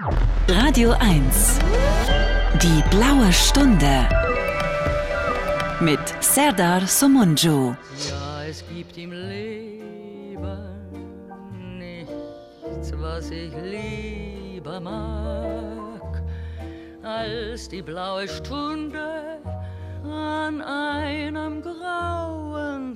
Radio 1. Die blaue Stunde. Mit Serdar Somuncu. Ja, es gibt im Leben nichts, was ich lieber mag, als die blaue Stunde an einem grauen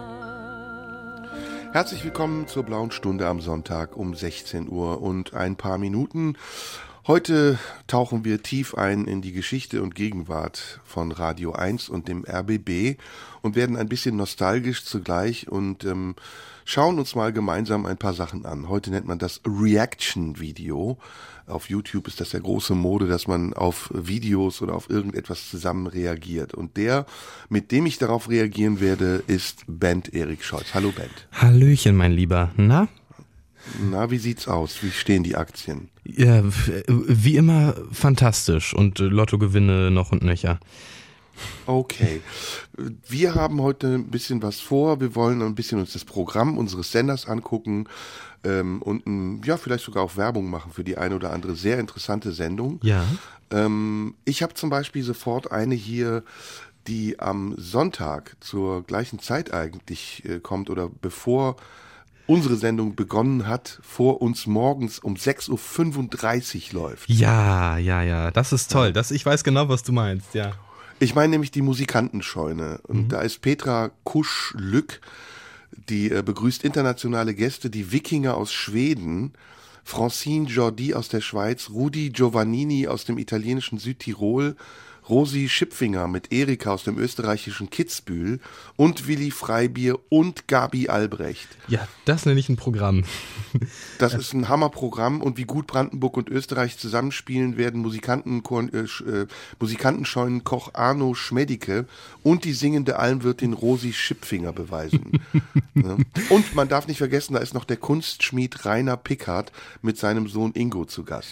Tag. Herzlich willkommen zur blauen Stunde am Sonntag um 16 Uhr und ein paar Minuten. Heute tauchen wir tief ein in die Geschichte und Gegenwart von Radio 1 und dem RBB und werden ein bisschen nostalgisch zugleich und schauen uns mal gemeinsam ein paar Sachen an. Heute nennt man das Reaction-Video. Auf YouTube ist das ja große Mode, dass man auf Videos oder auf irgendetwas zusammen reagiert. Und der, mit dem ich darauf reagieren werde, ist Bent Erik Scholz. Hallo Bent. Hallöchen, mein Lieber. Na, wie sieht's aus? Wie stehen die Aktien? Ja, wie immer fantastisch und Lottogewinne noch und nöcher. Okay. Wir haben heute ein bisschen was vor. Wir wollen ein bisschen uns das Programm unseres Senders angucken und vielleicht sogar auch Werbung machen für die eine oder andere sehr interessante Sendung. Ja. Ich habe zum Beispiel sofort eine hier, die am Sonntag zur gleichen Zeit eigentlich kommt oder bevor unsere Sendung begonnen hat, vor uns morgens um 6.35 Uhr läuft. Ja, das ist toll. Ich weiß genau, was du meinst, ja. Ich meine nämlich die Musikantenscheune. Und da ist Petra Kusch-Lück, die begrüßt internationale Gäste, die Wikinger aus Schweden, Francine Jordi aus der Schweiz, Rudi Giovannini aus dem italienischen Südtirol, Rosi Schipfinger mit Erika aus dem österreichischen Kitzbühel und Willi Freibier und Gabi Albrecht. Ja, das nenne ich ein Programm. Das ist ein Hammerprogramm und wie gut Brandenburg und Österreich zusammenspielen werden Musikantenscheunenkoch Arno Schmedicke und die singende Almwirtin Rosi Schipfinger beweisen. Ja. Und man darf nicht vergessen, da ist noch der Kunstschmied Rainer Pickard mit seinem Sohn Ingo zu Gast.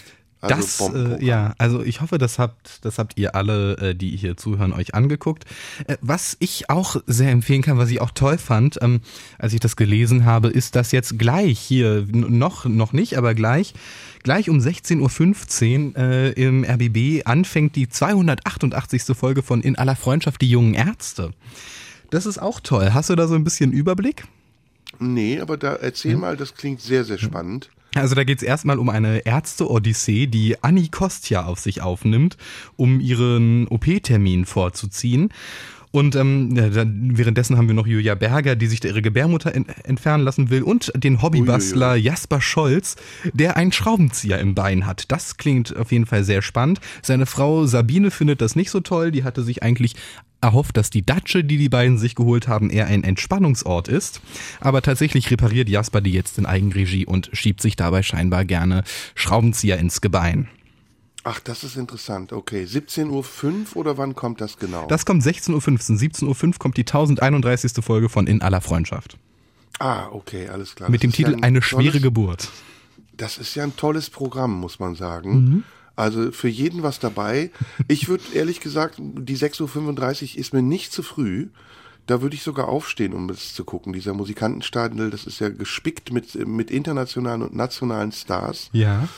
Also ich hoffe, das habt ihr alle, die hier zuhören, euch angeguckt. Was ich auch sehr empfehlen kann, was ich auch toll fand, als ich das gelesen habe, ist, dass jetzt gleich hier, noch nicht, aber gleich um 16.15 Uhr im RBB anfängt die 288. Folge von In aller Freundschaft, die jungen Ärzte. Das ist auch toll. Hast du da so ein bisschen Überblick? Nee, aber da erzähl mal, das klingt sehr, sehr spannend. Also da geht es erstmal um eine Ärzte-Odyssee, die Anni Kostja auf sich aufnimmt, um ihren OP-Termin vorzuziehen. Und währenddessen haben wir noch Julia Berger, die sich ihre Gebärmutter entfernen lassen will, und den Hobbybastler Jasper Scholz, der einen Schraubenzieher im Bein hat. Das klingt auf jeden Fall sehr spannend. Seine Frau Sabine findet das nicht so toll. Die hatte sich eigentlich erhofft, dass die Datsche, die beiden sich geholt haben, eher ein Entspannungsort ist. Aber tatsächlich repariert Jasper die jetzt in Eigenregie und schiebt sich dabei scheinbar gerne Schraubenzieher ins Gebein. Ach, das ist interessant. Okay, 17.05 Uhr oder wann kommt das genau? Das kommt 16.15 Uhr. 17.05 Uhr kommt die 1031. Folge von In aller Freundschaft. Ah, okay, alles klar. Mit dem Titel Eine schwere Geburt. Das ist ja ein tolles Programm, muss man sagen. Mhm. Also für jeden was dabei. Ich würde ehrlich gesagt, die 6.35 Uhr ist mir nicht zu früh. Da würde ich sogar aufstehen, um das zu gucken. Dieser Musikantenstadel, das ist ja gespickt mit internationalen und nationalen Stars. Ja.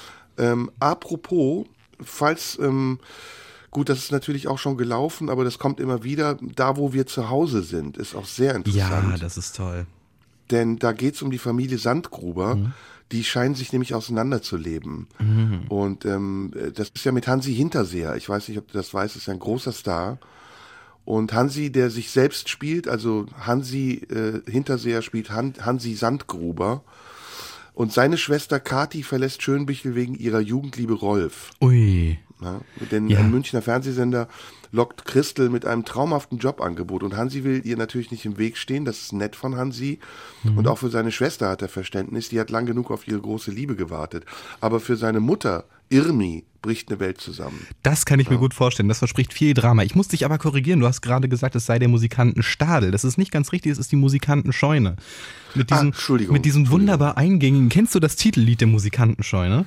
Apropos, falls, gut, das ist natürlich auch schon gelaufen, aber das kommt immer wieder, da wo wir zu Hause sind, ist auch sehr interessant. Ja, das ist toll. Denn da geht's um die Familie Sandgruber. Die scheinen sich nämlich auseinanderzuleben. Mhm. Und das ist ja mit Hansi Hinterseher. Ich weiß nicht, ob du das weißt, ist ja ein großer Star. Und Hansi, der sich selbst spielt, also Hansi Hinterseher spielt Hansi Sandgruber. Und seine Schwester Kathi verlässt Schönbüchel wegen ihrer Jugendliebe Rolf. Ui. Ja, denn ein Münchner Fernsehsender lockt Christel mit einem traumhaften Jobangebot. Und Hansi will ihr natürlich nicht im Weg stehen. Das ist nett von Hansi. Mhm. Und auch für seine Schwester hat er Verständnis. Die hat lang genug auf ihre große Liebe gewartet. Aber für seine Mutter, Irmi, bricht eine Welt zusammen. Das kann ich mir gut vorstellen. Das verspricht viel Drama. Ich muss dich aber korrigieren. Du hast gerade gesagt, es sei der Musikantenstadel. Das ist nicht ganz richtig. Es ist die Musikantenscheune. Mit diesem wunderbar eingängigen. Kennst du das Titellied der Musikantenscheune?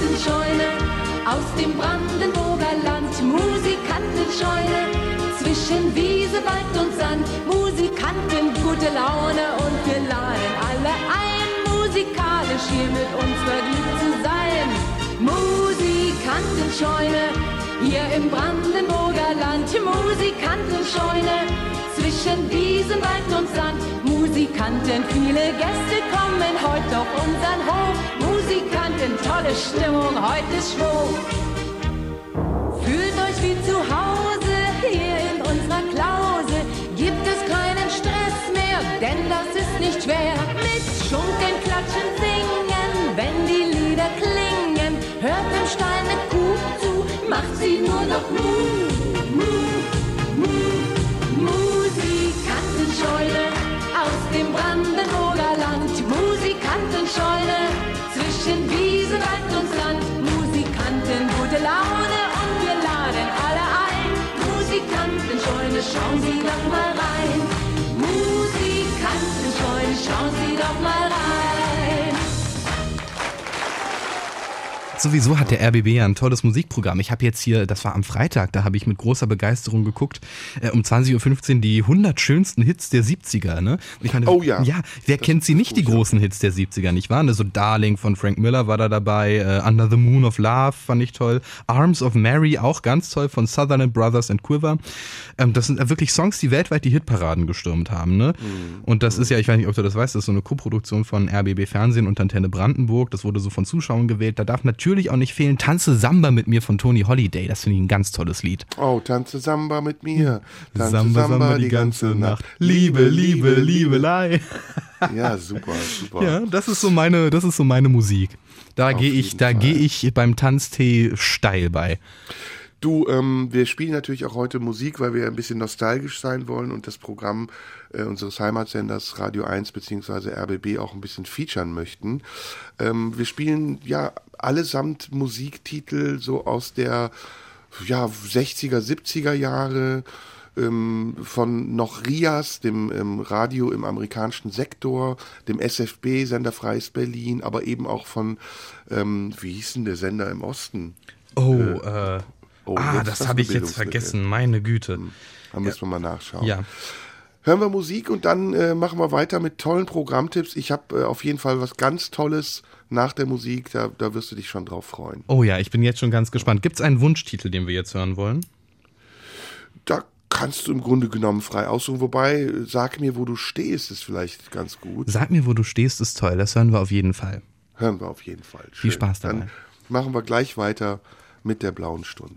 Aus dem Brandenburger Land, Musikantenscheune, zwischen zwischen Wiese, Wald und Sand. Musikanten, gute Laune und wir laden alle ein, musikalisch hier mit uns vergnügt zu sein. Musikantenscheune, hier im Brandenburger Land. Musikantenscheune, zwischen Wiesen, Wald und Sand. Musikanten, viele Gäste kommen heute auf unseren Hof. Musikanten, tolle Stimmung, heute ist Schwung. Fühlt euch wie zu Hause, hier in unserer Klause. Gibt es keinen Stress mehr, denn das ist nicht schwer. Mit Schunkeln, Klatschen, Singen, wenn die Lieder klingen. Hört dem Stall eine Kuh zu, macht sie nur noch Mu, Mu, Mu. Musikantenscheune aus dem Brandenburger Land. Musikantenscheune zwischen Wiese, Wald und Sand. Musikanten, gute Laune und wir laden alle ein. Musikantenscheune, schauen Sie doch mal rein. Musikantenscheune, schauen Sie doch mal rein. Sowieso hat der RBB ja ein tolles Musikprogramm. Ich habe jetzt hier, das war am Freitag, da habe ich mit großer Begeisterung geguckt, um 20.15 Uhr die 100 schönsten Hits der 70er. Ne? Ich meine, oh ja. Ja, wer kennt sie nicht, die großen Hits der 70er, nicht wahr? So Darling von Frank Miller war da dabei, Under the Moon of Love fand ich toll, Arms of Mary auch ganz toll von Sutherland Brothers and Quiver. Das sind wirklich Songs, die weltweit die Hitparaden gestürmt haben. Ne? Und das ist ja, ich weiß nicht, ob du das weißt, das ist so eine Koproduktion von RBB Fernsehen und Antenne Brandenburg. Das wurde so von Zuschauern gewählt. Da darf natürlich auch nicht fehlen Tanze Samba mit mir von Tony Holiday. Das finde ich ein ganz tolles Lied. Oh, Tanze Samba mit mir. Tanze Samba die ganze Nacht. Liebe, Liebe, Liebelei. Ja, super, super. Ja, das ist so meine Musik. Da gehe ich beim Tanztee steil bei. Du, wir spielen natürlich auch heute Musik, weil wir ein bisschen nostalgisch sein wollen und das Programm unseres Heimatsenders Radio 1 bzw. RBB auch ein bisschen featuren möchten. Wir spielen ja allesamt Musiktitel so aus der 60er, 70er Jahre, von noch RIAS, dem Radio im amerikanischen Sektor, dem SFB, Sender Freies Berlin, aber eben auch von, wie hieß denn der Sender im Osten? Das habe ich jetzt vergessen, meine Güte. Da müssen wir mal nachschauen. Ja. Hören wir Musik und dann machen wir weiter mit tollen Programmtipps. Ich habe auf jeden Fall was ganz Tolles nach der Musik, da wirst du dich schon drauf freuen. Oh ja, ich bin jetzt schon ganz gespannt. Gibt es einen Wunschtitel, den wir jetzt hören wollen? Da kannst du im Grunde genommen frei aussuchen, wobei Sag mir, wo du stehst, ist vielleicht ganz gut. Sag mir, wo du stehst, ist toll, das hören wir auf jeden Fall. Hören wir auf jeden Fall. Schön. Viel Spaß dabei. Dann machen wir gleich weiter mit der blauen Stunde.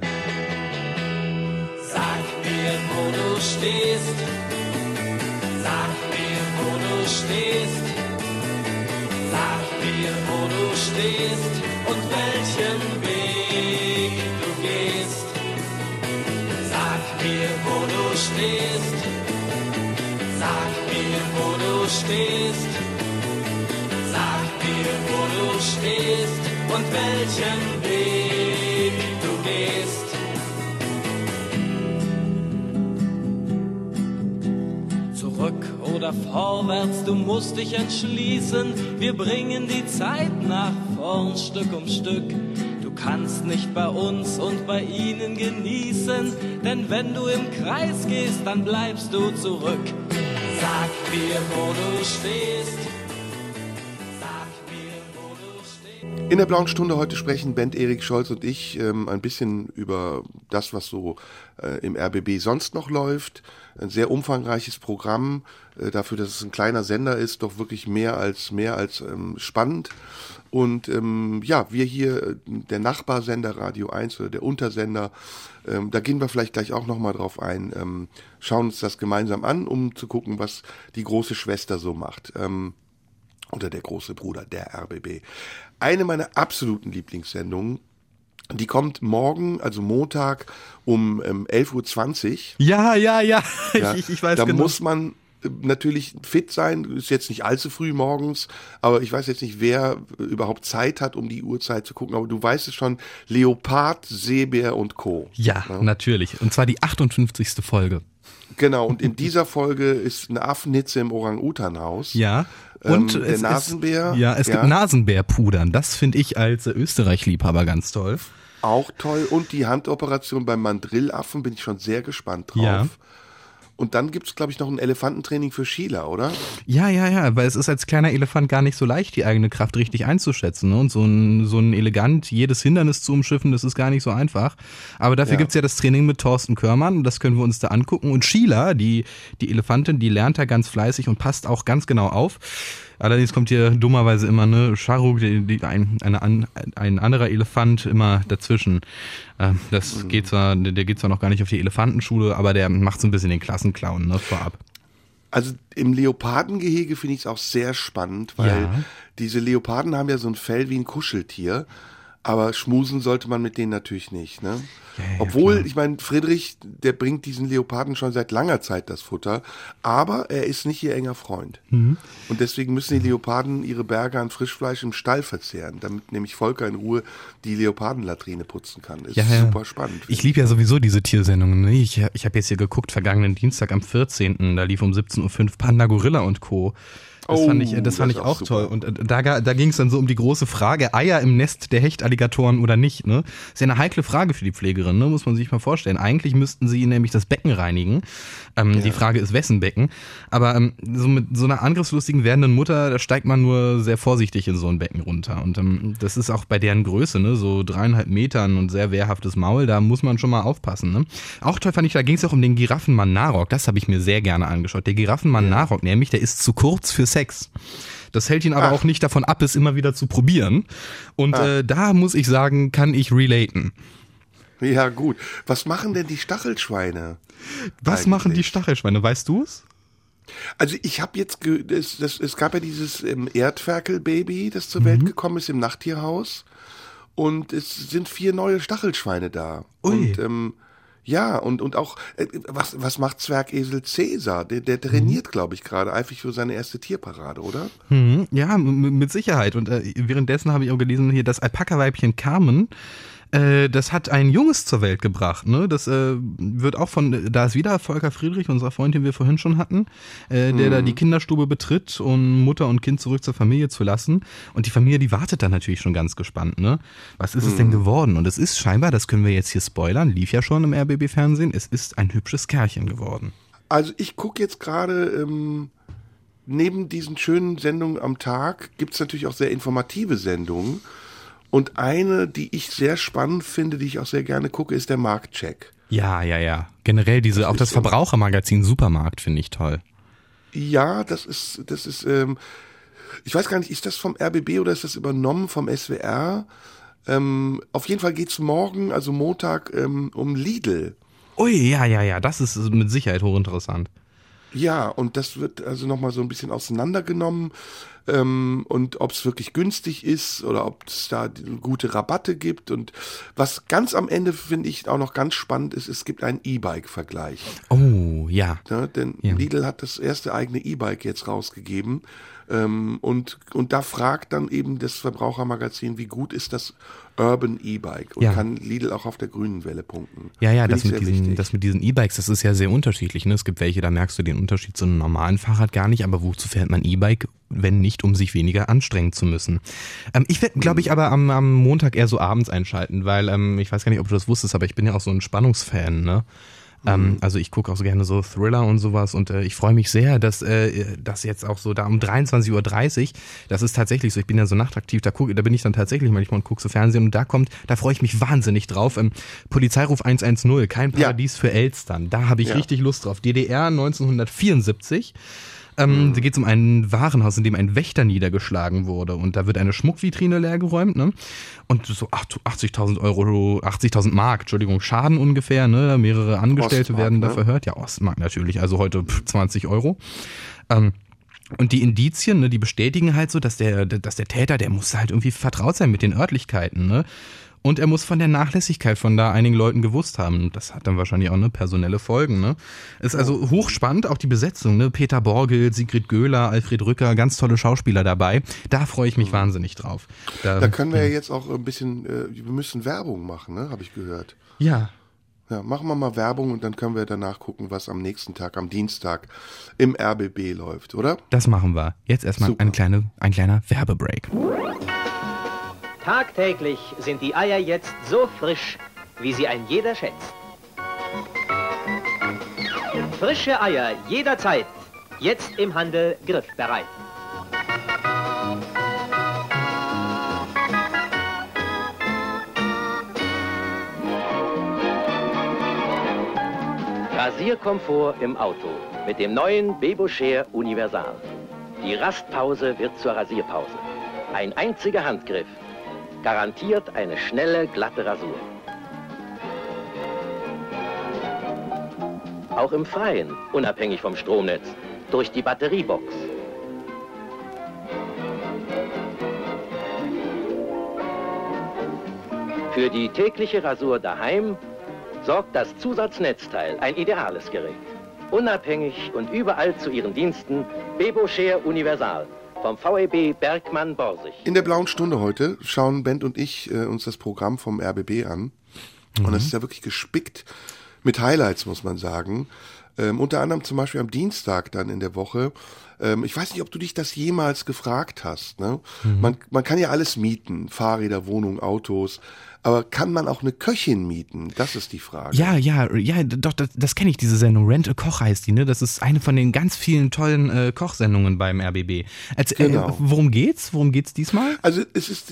Sag mir, wo du stehst. Sag mir, wo du stehst. Sag mir, wo du stehst und welchen Weg du gehst. Sag mir, wo du stehst. Sag mir, wo du stehst. Sag mir, wo du stehst und welchen Weg du gehst. Zurück oder vorwärts, du musst dich entschließen. Wir bringen die Zeit nach vorn, Stück um Stück. Du kannst nicht bei uns und bei ihnen genießen, denn wenn du im Kreis gehst, dann bleibst du zurück. Sag mir, wo du stehst. In der blauen Stunde heute sprechen Bent Erik Scholz und ich ein bisschen über das, was so im RBB sonst noch läuft. Ein sehr umfangreiches Programm, dafür, dass es ein kleiner Sender ist, doch wirklich mehr als spannend. Und wir hier, der Nachbarsender Radio 1 oder der Untersender, da gehen wir vielleicht gleich auch nochmal drauf ein, schauen uns das gemeinsam an, um zu gucken, was die große Schwester so macht. Oder der große Bruder, der RBB. Eine meiner absoluten Lieblingssendungen, die kommt morgen, also Montag um 11.20 Uhr. Ja. Ich weiß da genau. Da muss man natürlich fit sein, ist jetzt nicht allzu früh morgens, aber ich weiß jetzt nicht, wer überhaupt Zeit hat, um die Uhrzeit zu gucken, aber du weißt es schon, Leopard, Seebär und Co. Ja, natürlich. Und zwar die 58. Folge. Genau, und in dieser Folge ist eine Affenhitze im Orang-Utan-Haus. Ja. Und der Nasenbär. Es gibt Nasenbärpudern. Das finde ich als Österreich-Liebhaber ganz toll. Auch toll. Und die Handoperation beim Mandrillaffen bin ich schon sehr gespannt drauf. Ja. Und dann gibt es, glaube ich, noch ein Elefantentraining für Sheila, oder? Ja, weil es ist als kleiner Elefant gar nicht so leicht, die eigene Kraft richtig einzuschätzen. Ne? Und so ein elegant jedes Hindernis zu umschiffen, das ist gar nicht so einfach. Aber dafür gibt's ja das Training mit Thorsten Körmann und das können wir uns da angucken. Und Sheila, die Elefantin, die lernt da ganz fleißig und passt auch ganz genau auf. Allerdings kommt hier dummerweise immer Charuk, ein anderer Elefant immer dazwischen. Der geht zwar noch gar nicht auf die Elefantenschule, aber der macht so ein bisschen den Klassenclown, ne, vorab. Also im Leopardengehege finde ich es auch sehr spannend, weil diese Leoparden haben ja so ein Fell wie ein Kuscheltier, aber schmusen sollte man mit denen natürlich nicht, ne? Obwohl, klar. Ich meine, Friedrich, der bringt diesen Leoparden schon seit langer Zeit das Futter, aber er ist nicht ihr enger Freund. Mhm. Und deswegen müssen die Leoparden ihre Berge an Frischfleisch im Stall verzehren, damit nämlich Volker in Ruhe die Leopardenlatrine putzen kann. Ist super spannend. Ich liebe ja sowieso diese Tiersendungen. Ne? Ich habe jetzt hier geguckt, vergangenen Dienstag am 14. Da lief um 17.05 Uhr Panda, Gorilla und Co. Das fand ich auch toll. Und da ging es dann so um die große Frage, Eier im Nest der Hechtalligatoren oder nicht, ne? Ist ja eine heikle Frage für die Pflegerin, ne? Muss man sich mal vorstellen. Eigentlich müssten sie nämlich das Becken reinigen. Die Frage ist, wessen Becken? Aber so mit so einer angriffslustigen werdenden Mutter, da steigt man nur sehr vorsichtig in so ein Becken runter. Und das ist auch bei deren Größe, ne? So 3,5 Metern und sehr wehrhaftes Maul, da muss man schon mal aufpassen, ne? Auch toll fand ich, da ging es auch um den Giraffenmann Narok. Das habe ich mir sehr gerne angeschaut. Der Giraffenmann Narok nämlich, der ist zu kurz für Sex. Das hält ihn aber auch nicht davon ab, es immer wieder zu probieren. Und da muss ich sagen, kann ich relaten. Ja gut. Was machen denn die Stachelschweine? Was machen die Stachelschweine? Weißt du es? Also ich habe jetzt, es gab ja dieses Erdferkel-Baby, das zur Welt gekommen ist im Nachttierhaus. Und es sind 4 neue Stachelschweine da. Ui. Und und auch, was macht Zwergesel Cäsar? Der trainiert, glaube ich, gerade eifrig für seine erste Tierparade, oder? Ja, mit Sicherheit. Und währenddessen habe ich auch gelesen, hier das Alpaka-Weibchen Carmen, das hat ein Junges zur Welt gebracht, ne? Das wird auch da ist wieder Volker Friedrich, unser Freund, den wir vorhin schon hatten, der da die Kinderstube betritt, um Mutter und Kind zurück zur Familie zu lassen. Und die Familie, die wartet dann natürlich schon ganz gespannt, ne? Was ist es denn geworden? Und es ist scheinbar, das können wir jetzt hier spoilern, lief ja schon im RBB-Fernsehen, es ist ein hübsches Kerlchen geworden. Also ich gucke jetzt gerade, neben diesen schönen Sendungen am Tag gibt's natürlich auch sehr informative Sendungen. Und eine, die ich sehr spannend finde, die ich auch sehr gerne gucke, ist der Marktcheck. Ja. Generell auch das Verbrauchermagazin Supermarkt finde ich toll. Ja, das ist, ich weiß gar nicht, ist das vom RBB oder ist das übernommen vom SWR? Auf jeden Fall geht's morgen, also Montag, um Lidl. Ui, ja, das ist mit Sicherheit hochinteressant. Ja, und das wird also nochmal so ein bisschen auseinandergenommen. Und ob es wirklich günstig ist oder ob es da gute Rabatte gibt. Und was ganz am Ende, finde ich, auch noch ganz spannend ist, es gibt einen E-Bike-Vergleich. Oh, ja. Denn Lidl hat das erste eigene E-Bike jetzt rausgegeben. Und da fragt dann eben das Verbrauchermagazin, wie gut ist das Urban E-Bike und kann Lidl auch auf der grünen Welle punkten. Ja, das mit diesen E-Bikes, das ist ja sehr unterschiedlich. Ne? Es gibt welche, da merkst du den Unterschied zu einem normalen Fahrrad gar nicht, aber wozu fährt man E-Bike, wenn nicht, um sich weniger anstrengen zu müssen? Ich werde, glaube ich, aber am Montag eher so abends einschalten, weil ich weiß gar nicht, ob du das wusstest, aber ich bin ja auch so ein Spannungsfan, ne? Also ich gucke auch so gerne so Thriller und sowas und ich freue mich sehr, dass das jetzt auch so da um 23:30 Uhr, das ist tatsächlich so, ich bin ja so nachtaktiv, da bin ich dann tatsächlich manchmal und gucke so Fernsehen und da freue ich mich wahnsinnig drauf. Polizeiruf 110, kein Paradies für Elstern, da habe ich richtig Lust drauf. DDR 1974. Da geht es um ein Warenhaus, in dem ein Wächter niedergeschlagen wurde und da wird eine Schmuckvitrine leergeräumt, ne? Und so 80.000 Mark, Entschuldigung, Schaden ungefähr, ne? Mehrere Angestellte Ostmark, werden da verhört. Ja, Ostmark natürlich, also heute 20 Euro. Und die Indizien, ne, die bestätigen halt so, dass der Täter, der muss halt irgendwie vertraut sein mit den Örtlichkeiten, ne? Und er muss von der Nachlässigkeit von da einigen Leuten gewusst haben. Das hat dann wahrscheinlich auch personelle Folgen, ne? Ist also hochspannend, auch die Besetzung, ne? Peter Borgel, Sigrid Göhler, Alfred Rücker, ganz tolle Schauspieler dabei. Da freue ich mich wahnsinnig drauf. Da können wir ja jetzt auch ein bisschen, wir müssen Werbung machen, ne? Habe ich gehört. Ja. Ja, machen wir mal Werbung und dann können wir danach gucken, was am nächsten Tag, am Dienstag im RBB läuft, oder? Das machen wir. Jetzt erstmal ein kleiner Werbebreak. Tagtäglich sind die Eier jetzt so frisch, wie sie ein jeder schätzt. Frische Eier jederzeit, jetzt im Handel griffbereit. Rasierkomfort im Auto mit dem neuen Bebo-Share Universal. Die Rastpause wird zur Rasierpause. Ein einziger Handgriff garantiert eine schnelle, glatte Rasur. Auch im Freien, unabhängig vom Stromnetz, durch die Batteriebox. Für die tägliche Rasur daheim sorgt das Zusatznetzteil, ein ideales Gerät. Unabhängig und überall zu Ihren Diensten, Bebo-Share Universal vom VEB Bergmann-Borsig. In der Blauen Stunde heute schauen Bent und ich uns das Programm vom RBB an. Und das ist ja wirklich gespickt mit Highlights, muss man sagen. Unter anderem zum Beispiel am Dienstag dann in der Woche. Ich weiß nicht, ob du dich das jemals gefragt hast. Ne? Man kann ja alles mieten, Fahrräder, Wohnungen, Autos. Aber kann man auch eine Köchin mieten? Das ist die Frage. Ja, doch, das kenne ich, diese Sendung. Rent a Koch heißt die, ne? Das ist eine von den ganz vielen tollen Kochsendungen beim RBB. Genau. Worum geht's? Worum geht's diesmal? Also es ist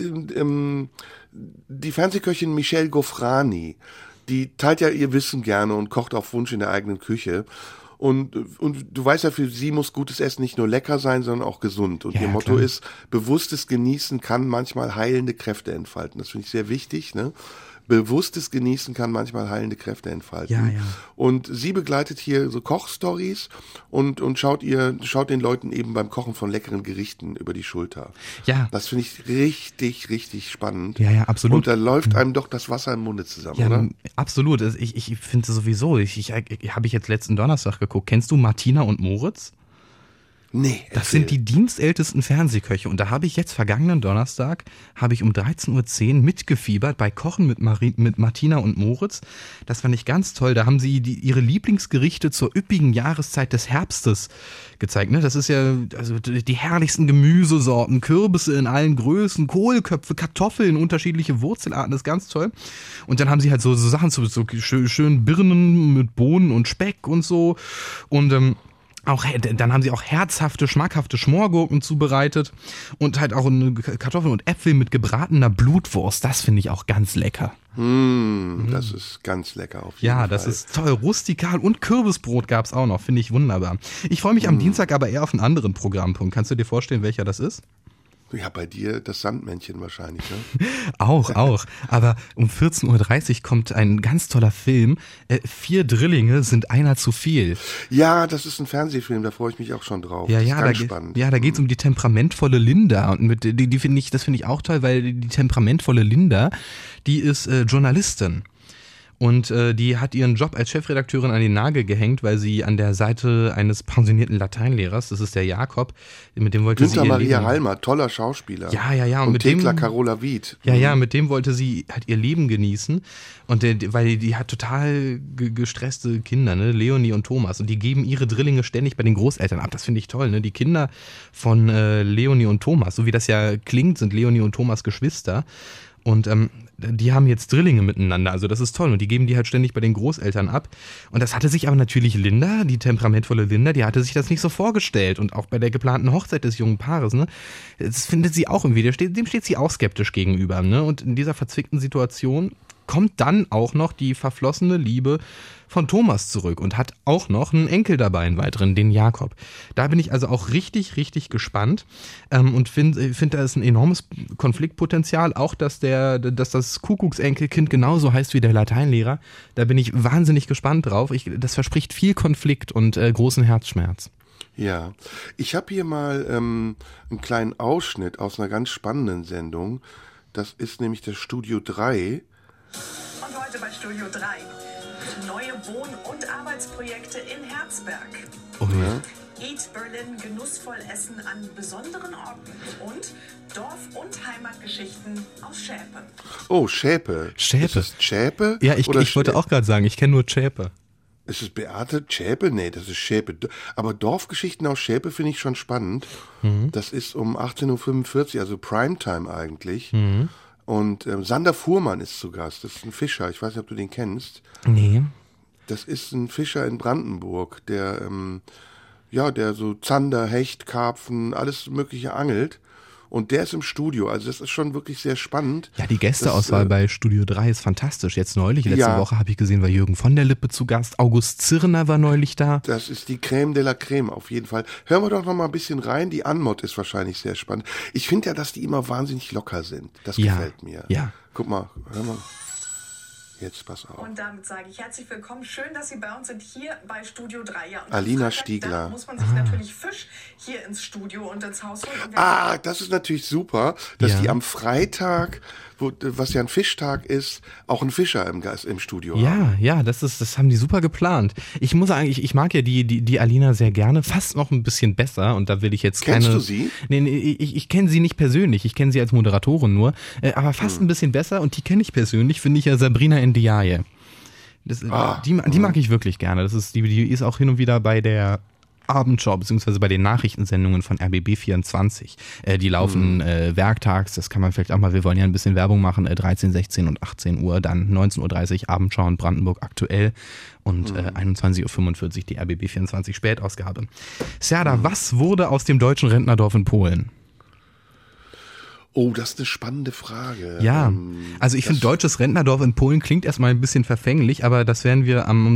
die Fernsehköchin Michelle Gofrani. Die teilt ja ihr Wissen gerne und kocht auf Wunsch in der eigenen Küche. Und du weißt ja, für sie muss gutes Essen nicht nur lecker sein, sondern auch gesund. Und ihr Motto ist, bewusstes Genießen kann manchmal heilende Kräfte entfalten. Das finde ich sehr wichtig, ne? Bewusstes Genießen kann manchmal heilende Kräfte entfalten. Ja. Und sie begleitet hier so Kochstories und schaut den Leuten eben beim Kochen von leckeren Gerichten über die Schulter. Ja. Das finde ich richtig, richtig spannend. Ja, absolut. Und da läuft einem doch das Wasser im Munde zusammen, ja, oder? Absolut. Ich finde sowieso, habe ich jetzt letzten Donnerstag geguckt. Kennst du Martina und Moritz? Nee. Das sind die dienstältesten Fernsehköche und da habe ich jetzt vergangenen Donnerstag um 13:10 Uhr mitgefiebert bei Kochen mit Martina und Moritz. Das fand ich ganz toll. Da haben sie ihre Lieblingsgerichte zur üppigen Jahreszeit des Herbstes gezeigt. Ne? Das ist ja also die herrlichsten Gemüsesorten, Kürbisse in allen Größen, Kohlköpfe, Kartoffeln, unterschiedliche Wurzelarten. Das ist ganz toll. Und dann haben sie halt so Sachen, so schön Birnen mit Bohnen und Speck und so und dann haben sie auch herzhafte, schmackhafte Schmorgurken zubereitet und halt auch Kartoffeln und Äpfel mit gebratener Blutwurst. Das finde ich auch ganz lecker. Das ist ganz lecker auf jeden Fall. Ja, das ist toll. Rustikal und Kürbisbrot gab's auch noch. Finde ich wunderbar. Ich freue mich am Dienstag aber eher auf einen anderen Programmpunkt. Kannst du dir vorstellen, welcher das ist? Ja, bei dir das Sandmännchen wahrscheinlich, ne? Auch. Aber um 14:30 Uhr kommt ein ganz toller Film. 4 Drillinge sind einer zu viel. Ja, das ist ein Fernsehfilm, da freue ich mich auch schon drauf. Ja, das ist ganz spannend. Ja, da geht's um die temperamentvolle Linda. Und die finde ich auch toll, weil die temperamentvolle Linda, die ist Journalistin. Und die hat ihren Job als Chefredakteurin an den Nagel gehängt, weil sie an der Seite eines pensionierten Lateinlehrers, das ist der Jakob, mit dem wollte Günther sie Maria Halmer, toller Schauspieler. Ja. Und mit Thekla Carola Wied. Ja, mit dem wollte sie halt ihr Leben genießen. Und weil die hat total gestresste Kinder, ne, Leonie und Thomas. Und die geben ihre Drillinge ständig bei den Großeltern ab. Das finde ich toll, ne. Die Kinder von Leonie und Thomas, so wie das ja klingt, sind Leonie und Thomas Geschwister. Und die haben jetzt Drillinge miteinander, also das ist toll. Und die geben die halt ständig bei den Großeltern ab. Und das hatte sich aber natürlich Linda, die temperamentvolle Linda, die hatte sich das nicht so vorgestellt. Und auch bei der geplanten Hochzeit des jungen Paares, ne, das findet sie auch irgendwie, dem steht sie auch skeptisch gegenüber. Ne? Und in dieser verzwickten Situation kommt dann auch noch die verflossene Liebe von Thomas zurück und hat auch noch einen Enkel dabei, einen weiteren, den Jakob. Da bin ich also auch richtig, richtig gespannt und finde, da ist ein enormes Konfliktpotenzial, auch dass das Kuckucksenkelkind genauso heißt wie der Lateinlehrer. Da bin ich wahnsinnig gespannt drauf. Das verspricht viel Konflikt und großen Herzschmerz. Ja, ich habe hier mal einen kleinen Ausschnitt aus einer ganz spannenden Sendung. Das ist nämlich das Studio 3. Und heute bei Studio 3 neue Wohn- und Arbeitsprojekte in Herzberg. Oh ja. Eat Berlin, genussvoll essen an besonderen Orten und Dorf- und Heimatgeschichten aus Schäpe. Oh, Schäpe. Ist es Schäpe? Ja, ich wollte auch gerade sagen, ich kenne nur Schäpe. Ist es Beate Schäpe? Nee, das ist Schäpe. Aber Dorfgeschichten aus Schäpe finde ich schon spannend. Das ist um 18:45 Uhr, also Primetime eigentlich. Und Sander Fuhrmann ist zu Gast. Das ist ein Fischer. Ich weiß nicht, ob du den kennst. Nee. Das ist ein Fischer in Brandenburg, der der so Zander, Hecht, Karpfen, alles Mögliche angelt. Und der ist im Studio, also das ist schon wirklich sehr spannend. Ja, die Gästeauswahl bei Studio 3 ist fantastisch. Jetzt neulich, letzte Woche habe ich gesehen, war Jürgen von der Lippe zu Gast. August Zirner war neulich da. Das ist die Crème de la Crème auf jeden Fall. Hören wir doch noch mal ein bisschen rein. Die Anmod ist wahrscheinlich sehr spannend. Ich finde ja, dass die immer wahnsinnig locker sind. Das gefällt mir. Ja. Guck mal, hör mal. Jetzt pass auf. Und damit sage ich herzlich willkommen. Schön, dass Sie bei uns sind, hier bei Studio 3. Ja, und Alina Freitag, Stiegler. Da muss man sich natürlich Fisch hier ins Studio und ins Haus holen. Und Das ist natürlich super, dass die am Freitag, was ja ein Fischtag ist, auch einen Fischer im Studio haben. Ja, das haben die super geplant. Ich muss sagen, ich mag ja die Alina sehr gerne, fast noch ein bisschen besser und da will ich jetzt keine... Kennst du sie? Nee, ich kenne sie nicht persönlich, ich kenne sie als Moderatorin nur, aber fast ein bisschen besser und die kenne ich persönlich, finde ich ja Sabrina Ndiaye. Die mag ich wirklich gerne. Die ist auch hin und wieder bei der Abendschau, beziehungsweise bei den Nachrichtensendungen von RBB 24. Die laufen werktags, das kann man vielleicht auch mal, wir wollen ja ein bisschen Werbung machen, 13, 16 und 18 Uhr, dann 19.30 Uhr Abendschau in Brandenburg aktuell und 21.45 Uhr die RBB 24 Spätausgabe. Serda, was wurde aus dem deutschen Rentnerdorf in Polen? Oh, das ist eine spannende Frage. Ja, also ich finde, deutsches Rentnerdorf in Polen klingt erstmal ein bisschen verfänglich, aber das werden wir am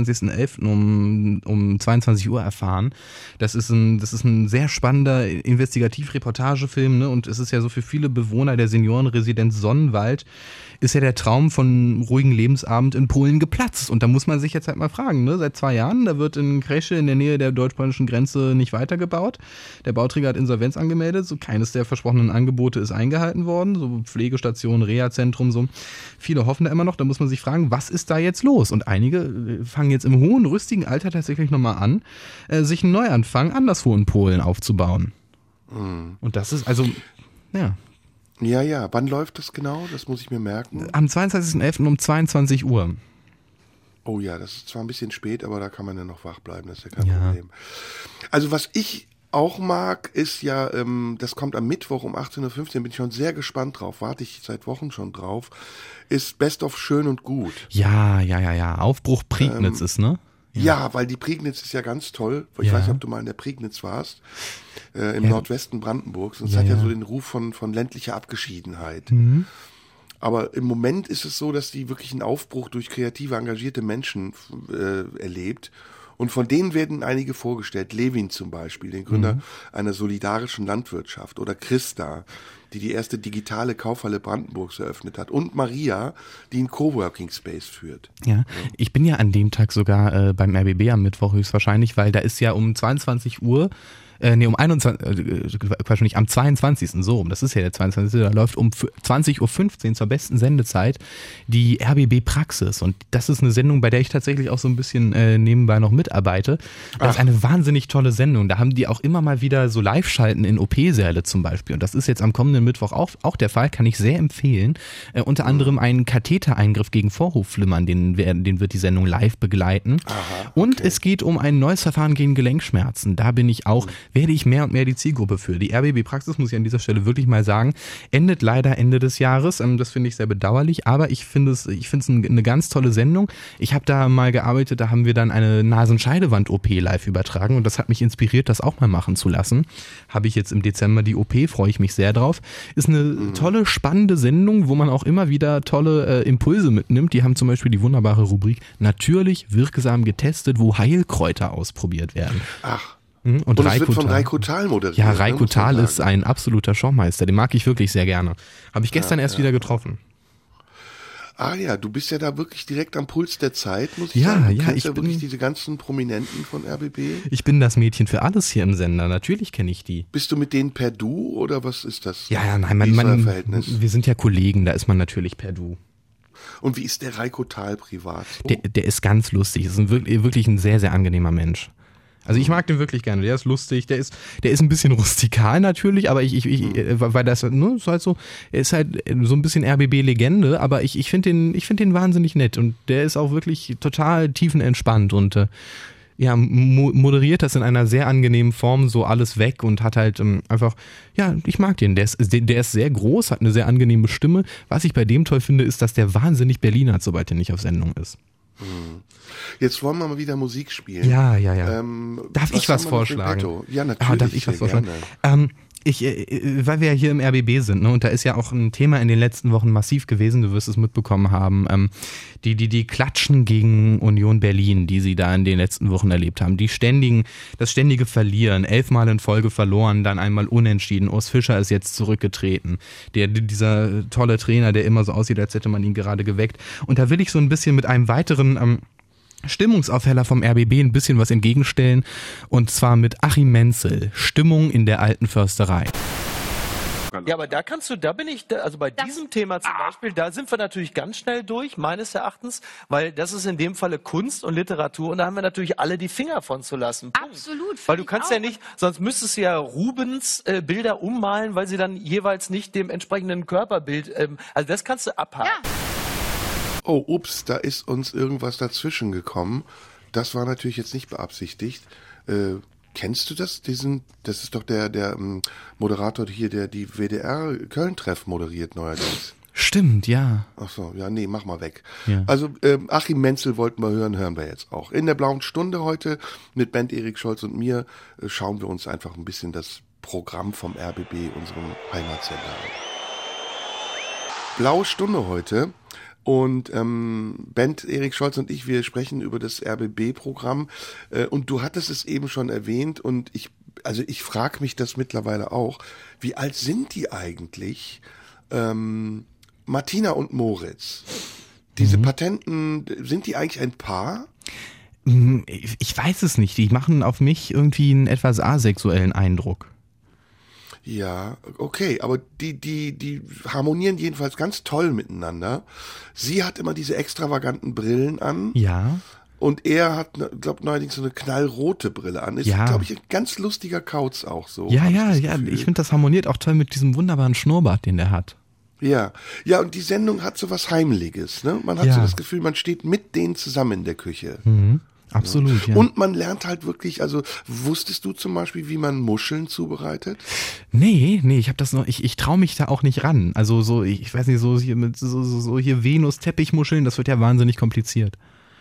22.11. um 22 Uhr erfahren. Das ist ein sehr spannender Investigativreportagefilm, ne? Und es ist ja so für viele Bewohner der Seniorenresidenz Sonnenwald ist ja der Traum von ruhigen Lebensabend in Polen geplatzt. Und da muss man sich jetzt halt mal fragen, ne? Seit 2 Jahren, da wird in Kresche in der Nähe der deutsch-polnischen Grenze nicht weitergebaut. Der Bauträger hat Insolvenz angemeldet, so keines der versprochenen Angebote ist eingehalten worden, so Pflegestation, Reha-Zentrum, so. Viele hoffen da immer noch, da muss man sich fragen, was ist da jetzt los? Und einige fangen jetzt im hohen, rüstigen Alter tatsächlich nochmal an, sich einen Neuanfang anderswo in Polen aufzubauen. Und das ist also, ja. Ja, wann läuft das genau? Das muss ich mir merken. Am 22.11. um 22 Uhr. Oh ja, das ist zwar ein bisschen spät, aber da kann man ja noch wach bleiben, das ist ja kein Problem. Also was ich auch mag, ist ja, das kommt am Mittwoch um 18.15 Uhr, bin ich schon sehr gespannt drauf, warte ich seit Wochen schon drauf, ist Best of Schön und Gut. Ja. Aufbruch Prignitz ist, ne? Ja, weil die Prignitz ist ja ganz toll. Ich weiß nicht, ob du mal in der Prignitz warst, im Nordwesten Brandenburgs. Und es hat ja so den Ruf von ländlicher Abgeschiedenheit. Aber im Moment ist es so, dass die wirklich einen Aufbruch durch kreative, engagierte Menschen erlebt. Und von denen werden einige vorgestellt. Levin zum Beispiel, den Gründer einer solidarischen Landwirtschaft. Oder Christa, die erste digitale Kaufhalle Brandenburgs eröffnet hat. Und Maria, die einen Coworking Space führt. Ja, ich bin ja an dem Tag sogar beim RBB am Mittwoch höchstwahrscheinlich, weil da ist ja um 22 Uhr am 22. so rum, das ist ja der 22. Da läuft um 20.15 Uhr zur besten Sendezeit die RBB Praxis und das ist eine Sendung, bei der ich tatsächlich auch so ein bisschen nebenbei noch mitarbeite. Das ist eine wahnsinnig tolle Sendung, da haben die auch immer mal wieder so Live-Schalten in OP-Säle zum Beispiel und das ist jetzt am kommenden Mittwoch auch der Fall, kann ich sehr empfehlen. Unter anderem einen Kathetereingriff gegen Vorhofflimmern, den wird die Sendung live begleiten. Und es geht um ein neues Verfahren gegen Gelenkschmerzen, da werde ich mehr und mehr die Zielgruppe für. Die RBB-Praxis, muss ich an dieser Stelle wirklich mal sagen, endet leider Ende des Jahres. Das finde ich sehr bedauerlich, aber ich finde es eine ganz tolle Sendung. Ich habe da mal gearbeitet, da haben wir dann eine Nasenscheidewand-OP live übertragen und das hat mich inspiriert, das auch mal machen zu lassen. Habe ich jetzt im Dezember die OP, freue ich mich sehr drauf. Ist eine tolle, spannende Sendung, wo man auch immer wieder tolle Impulse mitnimmt. Die haben zum Beispiel die wunderbare Rubrik natürlich wirksam getestet, wo Heilkräuter ausprobiert werden. Und es wird von Reiko Thal moderiert. Ja, Reiko Thal ist ein absoluter Showmeister, den mag ich wirklich sehr gerne. Habe ich gestern erst wieder getroffen. Ah ja, du bist ja da wirklich direkt am Puls der Zeit, muss ich sagen. Du kennst ja wirklich diese ganzen Prominenten von RBB. Ich bin das Mädchen für alles hier im Sender, natürlich kenne ich die. Bist du mit denen per Du oder was ist das? Ja, nein, wir sind ja Kollegen, da ist man natürlich per Du. Und wie ist der Reiko Thal privat? Der ist ganz lustig, ist wirklich ein sehr, sehr angenehmer Mensch. Also ich mag den wirklich gerne, der ist lustig, der ist ein bisschen rustikal natürlich, aber weil das, ne, ist halt so, er ist halt so ein bisschen RBB-Legende, aber ich finde den wahnsinnig nett und der ist auch wirklich total tiefenentspannt und ja, moderiert das in einer sehr angenehmen Form so alles weg und hat halt einfach, ja, ich mag den. Der ist sehr groß, hat eine sehr angenehme Stimme. Was ich bei dem toll finde, ist, dass der wahnsinnig Berliner hat, sobald er nicht auf Sendung ist. Jetzt wollen wir mal wieder Musik spielen. Ja. Darf ich was vorschlagen? Ja, natürlich. Darf ich was vorschlagen? Weil wir ja hier im RBB sind, ne, und da ist ja auch ein Thema in den letzten Wochen massiv gewesen, du wirst es mitbekommen haben, die Klatschen gegen Union Berlin, die sie da in den letzten Wochen erlebt haben, das ständige Verlieren, 11 Mal in Folge verloren, dann einmal unentschieden, Urs Fischer ist jetzt zurückgetreten, dieser tolle Trainer, der immer so aussieht, als hätte man ihn gerade geweckt, und da will ich so ein bisschen mit einem weiteren Stimmungsaufheller vom RBB ein bisschen was entgegenstellen, und zwar mit Achim Menzel, Stimmung in der alten Försterei. Ja, aber also bei diesem Thema zum Beispiel, da sind wir natürlich ganz schnell durch, meines Erachtens, weil das ist in dem Falle Kunst und Literatur, und da haben wir natürlich alle die Finger von zu lassen. Punkt. Absolut. Weil du kannst ja nicht, sonst müsstest du ja Rubens Bilder ummalen, weil sie dann jeweils nicht dem entsprechenden Körperbild, also das kannst du abhaken. Ja. Oh, ups, da ist uns irgendwas dazwischen gekommen. Das war natürlich jetzt nicht beabsichtigt. Kennst du das? Das ist doch der Moderator hier, der die WDR Köln-Treff moderiert neuerdings. Stimmt, ja. Ach so, ja, nee, mach mal weg. Ja. Also Achim Menzel wollten wir hören wir jetzt auch. In der Blauen Stunde heute mit Band Erik Scholz und mir schauen wir uns einfach ein bisschen das Programm vom RBB, unserem Heimatsender, an. Blaue Stunde heute. Und Band Erik Scholz und ich, wir sprechen über das RBB-Programm. Und du hattest es eben schon erwähnt, und ich frage mich das mittlerweile auch. Wie alt sind die eigentlich? Martina und Moritz. Diese Patenten, sind die eigentlich ein Paar? Ich weiß es nicht. Die machen auf mich irgendwie einen etwas asexuellen Eindruck. Ja, okay, aber die harmonieren jedenfalls ganz toll miteinander. Sie hat immer diese extravaganten Brillen an. Ja. Und er hat, glaubt neuerdings so eine knallrote Brille an. Ist, glaube ich, ein ganz lustiger Kauz auch so. Ja. Ich finde, das harmoniert auch toll mit diesem wunderbaren Schnurrbart, den der hat. Ja, und die Sendung hat so was Heimliches, ne? Man hat so das Gefühl, man steht mit denen zusammen in der Küche. Mhm. Absolut, ja. Und man lernt halt wirklich, also wusstest du zum Beispiel, wie man Muscheln zubereitet? Nee, ich habe das noch, ich traue mich da auch nicht ran. Also so, ich weiß nicht, so hier mit so hier Venus-Teppichmuscheln, das wird ja wahnsinnig kompliziert.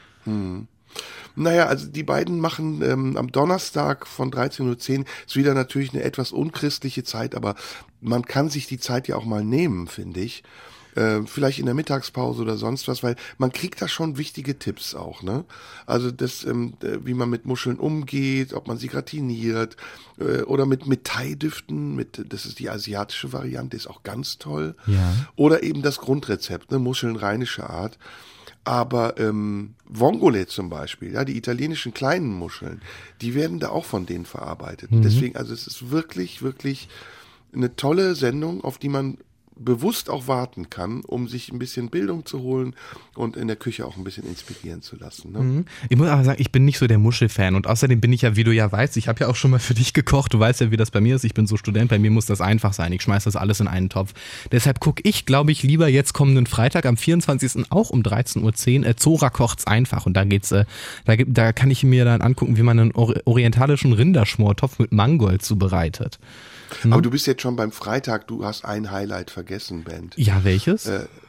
Naja, also die beiden machen am Donnerstag von 13:10 Uhr, ist wieder natürlich eine etwas unchristliche Zeit, aber man kann sich die Zeit ja auch mal nehmen, finde ich. Vielleicht in der Mittagspause oder sonst was, weil man kriegt da schon wichtige Tipps auch, ne? Also das, wie man mit Muscheln umgeht, ob man sie gratiniert oder mit Thai-Düften, das ist die asiatische Variante, ist auch ganz toll. Ja. Oder eben das Grundrezept, ne? Muscheln rheinische Art. Aber Vongole zum Beispiel, ja, die italienischen kleinen Muscheln, die werden da auch von denen verarbeitet. Deswegen, also es ist wirklich, wirklich eine tolle Sendung, auf die man bewusst auch warten kann, um sich ein bisschen Bildung zu holen und in der Küche auch ein bisschen inspirieren zu lassen. Ne? Ich muss aber sagen, ich bin nicht so der Muschelfan, und außerdem bin ich ja, wie du ja weißt, ich habe ja auch schon mal für dich gekocht, du weißt ja, wie das bei mir ist, ich bin so Student, bei mir muss das einfach sein, ich schmeiß das alles in einen Topf. Deshalb gucke ich, glaube ich, lieber jetzt kommenden Freitag am 24. auch um 13:10 Uhr, Zora kocht's einfach, und da geht's, da kann ich mir dann angucken, wie man einen orientalischen Rinderschmortopf mit Mangold zubereitet. Aber du bist jetzt schon beim Freitag, du hast ein Highlight vergessen, Band. Ja, welches?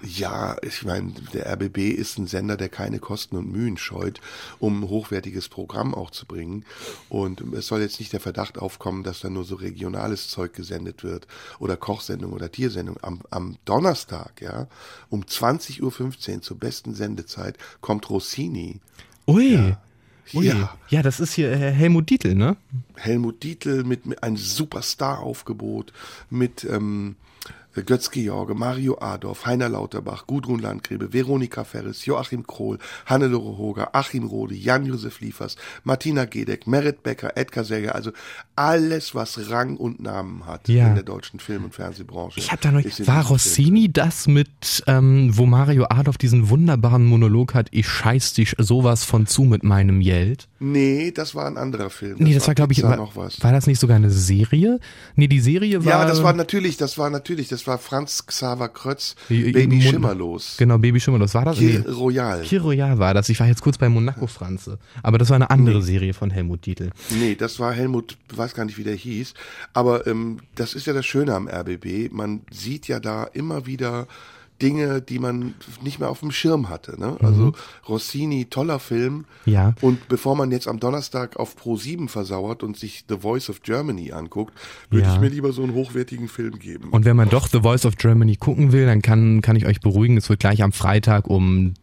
Ich meine, der RBB ist ein Sender, der keine Kosten und Mühen scheut, um ein hochwertiges Programm auch zu bringen. Und es soll jetzt nicht der Verdacht aufkommen, dass da nur so regionales Zeug gesendet wird oder Kochsendung oder Tiersendung. Am Donnerstag, ja, um 20:15 Uhr zur besten Sendezeit kommt Rossini. Ui. Ja. Ui. Ja, das ist hier Helmut Dietl, ne? Helmut Dietl mit einem Superstar-Aufgebot, mit Götz-George, Mario Adorf, Heiner Lauterbach, Gudrun Landgräbe, Veronika Ferres, Joachim Krohl, Hannelore Hoger, Achim Rode, Jan-Josef Liefers, Martina Gedeck, Merit Becker, Edgar Säger, also alles, was Rang und Namen hat in der deutschen Film- und Fernsehbranche. Ich habe da noch, war Rossini das mit, wo Mario Adorf diesen wunderbaren Monolog hat, ich scheiß dich sowas von zu mit meinem Geld? Nee, das war ein anderer Film. Nee, das war, glaube ich, noch was. War das nicht sogar eine Serie? Nee, die Serie war... Ja, das war natürlich, das das war Franz Xaver Krötz, Baby Schimmerlos. Genau, Baby Schimmerlos. War das? Kir Royal. Kir Royal war das. Ich war jetzt kurz bei Monaco Franze. Aber das war eine andere Serie von Helmut Dietl. Nee, das war Helmut, weiß gar nicht, wie der hieß. Aber das ist ja das Schöne am RBB. Man sieht ja da immer wieder Dinge, die man nicht mehr auf dem Schirm hatte. Ne? Also Rossini, toller Film. Ja. Und bevor man jetzt am Donnerstag auf Pro7 versauert und sich The Voice of Germany anguckt, würde ich mir lieber so einen hochwertigen Film geben. Und wenn man doch The Voice of Germany gucken will, dann kann ich euch beruhigen, es wird gleich am Freitag um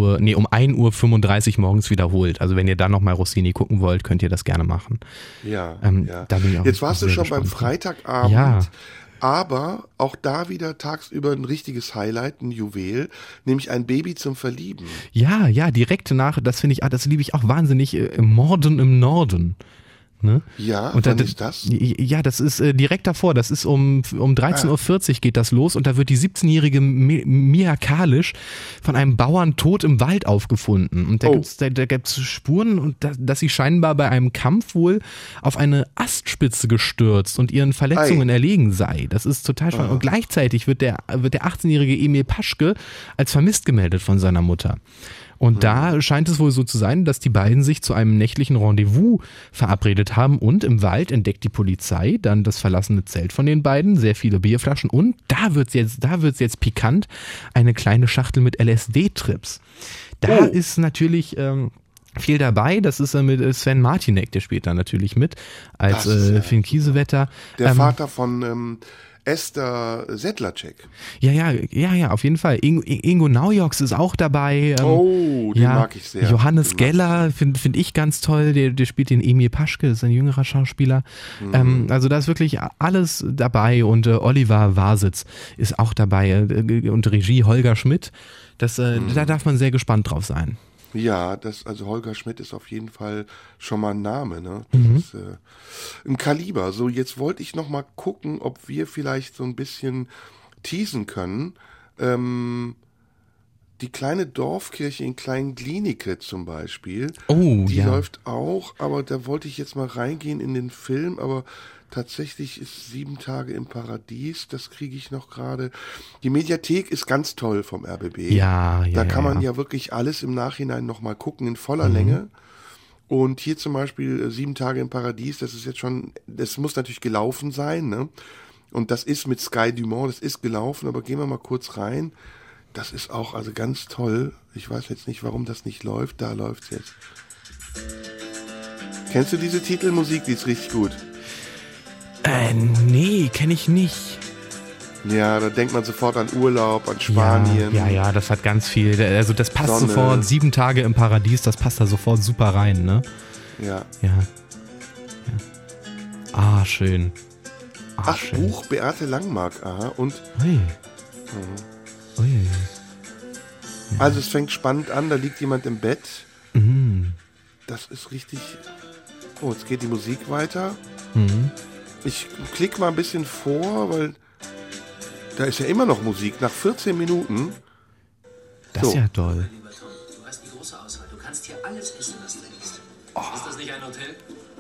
1:35 Uhr morgens wiederholt. Also wenn ihr dann nochmal Rossini gucken wollt, könnt ihr das gerne machen. Ja, Da bin ich auch jetzt warst du schon beim Freitagabend. Ja. Aber auch da wieder tagsüber ein richtiges Highlight, ein Juwel, nämlich ein Baby zum Verlieben. Ja, direkt nach, das liebe ich auch wahnsinnig, Morden im Norden. Ne? Ja, und wann ist das? Ja, das ist direkt davor, das ist um 13:40 Uhr geht das los und da wird die 17-jährige Mia Kalisch von einem Bauern tot im Wald aufgefunden. Und da gibt's Spuren, und dass sie scheinbar bei einem Kampf wohl auf eine Astspitze gestürzt und ihren Verletzungen erlegen sei. Das ist total spannend. Und gleichzeitig wird der 18-jährige Emil Paschke als vermisst gemeldet von seiner Mutter. Und da scheint es wohl so zu sein, dass die beiden sich zu einem nächtlichen Rendezvous verabredet haben, und im Wald entdeckt die Polizei dann das verlassene Zelt von den beiden, sehr viele Bierflaschen, und da wird's jetzt pikant, eine kleine Schachtel mit LSD-Trips. Da ist natürlich viel dabei, das ist mit Sven Martinek, der spielt da natürlich mit, als Finn Kiesewetter. Der Vater von Esther Sedlacek. Ja, auf jeden Fall. Ingo Naujoks ist auch dabei. Den mag ich sehr. Johannes Geller find ich ganz toll. Der spielt den Emil Paschke, ist ein jüngerer Schauspieler. Also da ist wirklich alles dabei, und Oliver Wasitz ist auch dabei, und Regie Holger Schmidt. Da darf man sehr gespannt drauf sein. Ja, also Holger Schmidt ist auf jeden Fall schon mal ein Name, ne? Das ist ein Kaliber. So, jetzt wollte ich noch mal gucken, ob wir vielleicht so ein bisschen teasen können. Die kleine Dorfkirche in Klein-Glienicke zum Beispiel. Die läuft auch, aber da wollte ich jetzt mal reingehen in den Film, aber tatsächlich ist 7 Tage im Paradies, das kriege ich noch gerade. Die Mediathek ist ganz toll vom RBB. Da kann man ja wirklich alles im Nachhinein nochmal gucken, in voller Länge. Und hier zum Beispiel 7 Tage im Paradies, das ist jetzt schon, das muss natürlich gelaufen sein, ne? Und das ist mit Sky Dumont, das ist gelaufen, aber gehen wir mal kurz rein. Das ist auch also ganz toll. Ich weiß jetzt nicht, warum das nicht läuft. Da läuft's jetzt. Kennst du diese Titelmusik? Die ist richtig gut. Nee, kenne ich nicht. Ja, da denkt man sofort an Urlaub, an Spanien. Ja, das hat ganz viel. Also das passt Sonne. Sofort. 7 Tage im Paradies, das passt da sofort super rein, ne? Ja. Ah, schön. Schön. Buch Beate Langmark. Aha, und... Ui. Also es fängt spannend an, da liegt jemand im Bett. Das ist richtig... Oh, jetzt geht die Musik weiter. Ich klicke mal ein bisschen vor, weil da ist ja immer noch Musik, nach 14 Minuten. Das ist ja toll. Du hast die große Auswahl, du kannst hier alles essen, was du willst. Ist das nicht ein Hotel?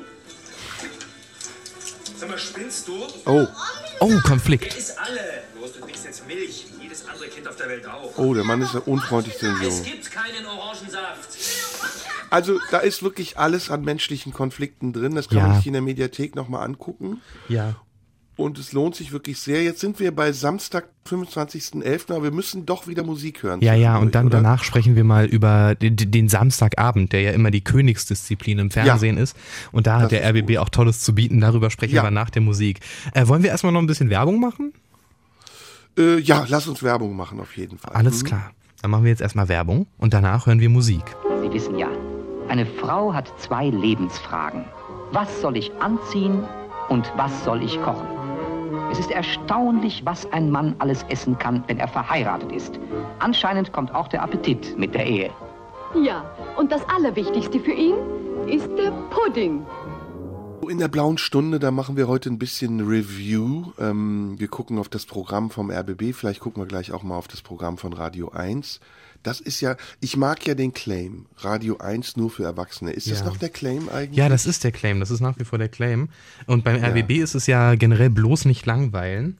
Sag mal, spinnst du? Oh, Konflikt. Iss alle. Los, du trinkst jetzt Milch. Jedes andere Kind auf der Welt auch. Oh, der Mann ist ja unfreundlich zu den Jungen. Es gibt keinen Orangensaft. Also da ist wirklich alles an menschlichen Konflikten drin. Das kann man sich in der Mediathek nochmal angucken. Ja. Und es lohnt sich wirklich sehr. Jetzt sind wir bei Samstag, 25.11., aber wir müssen doch wieder Musik hören. Ja, und dann danach sprechen wir mal über den Samstagabend, der ja immer die Königsdisziplin im Fernsehen ist. Und da hat der RBB auch Tolles zu bieten. Darüber sprechen wir nach der Musik. Wollen wir erstmal noch ein bisschen Werbung machen? Ja, lass uns Werbung machen auf jeden Fall. Alles klar. Dann machen wir jetzt erstmal Werbung und danach hören wir Musik. Sie wissen ja, eine Frau hat 2 Lebensfragen. Was soll ich anziehen und was soll ich kochen? Es ist erstaunlich, was ein Mann alles essen kann, wenn er verheiratet ist. Anscheinend kommt auch der Appetit mit der Ehe. Ja, und das Allerwichtigste für ihn ist der Pudding. In der blauen Stunde, da machen wir heute ein bisschen Review. Wir gucken auf das Programm vom RBB, vielleicht gucken wir gleich auch mal auf das Programm von Radio 1. Das ist ja, ich mag ja den Claim, Radio 1 nur für Erwachsene. Ist das noch der Claim eigentlich? Ja, das ist der Claim, das ist nach wie vor der Claim. Und beim RBB ist es ja generell bloß nicht langweilen.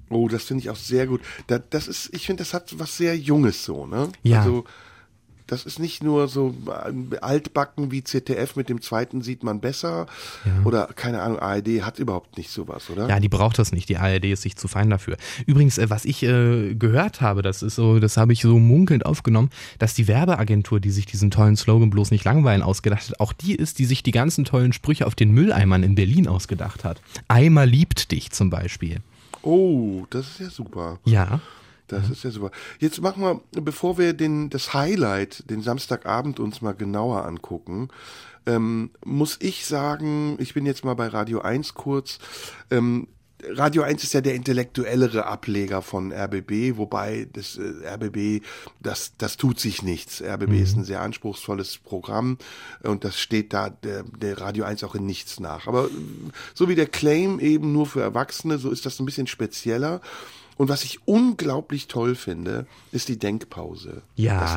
Oh, das finde ich auch sehr gut. Ich finde, das hat was sehr Junges so, ne? Ja. Also, das ist nicht nur so altbacken wie ZDF, mit dem zweiten sieht man besser. Ja. Oder, keine Ahnung, ARD hat überhaupt nicht sowas, oder? Ja, die braucht das nicht. Die ARD ist sich zu fein dafür. Übrigens, was ich gehört habe, das habe ich so munkelnd aufgenommen, dass die Werbeagentur, die sich diesen tollen Slogan bloß nicht langweilen ausgedacht hat, auch die ist, die sich die ganzen tollen Sprüche auf den Mülleimern in Berlin ausgedacht hat. Eimer liebt dich zum Beispiel. Oh, das ist ja super. Ja. Das ist ja super. Jetzt machen wir, bevor wir das Highlight, den Samstagabend uns mal genauer angucken, muss ich sagen, ich bin jetzt mal bei Radio 1 kurz, Radio 1 ist ja der intellektuellere Ableger von RBB, wobei das RBB, das tut sich nichts. RBB ist ein sehr anspruchsvolles Programm und das steht da der Radio 1 auch in nichts nach. Aber so wie der Claim eben nur für Erwachsene, so ist das ein bisschen spezieller. Und was ich unglaublich toll finde, ist die Denkpause. Ja.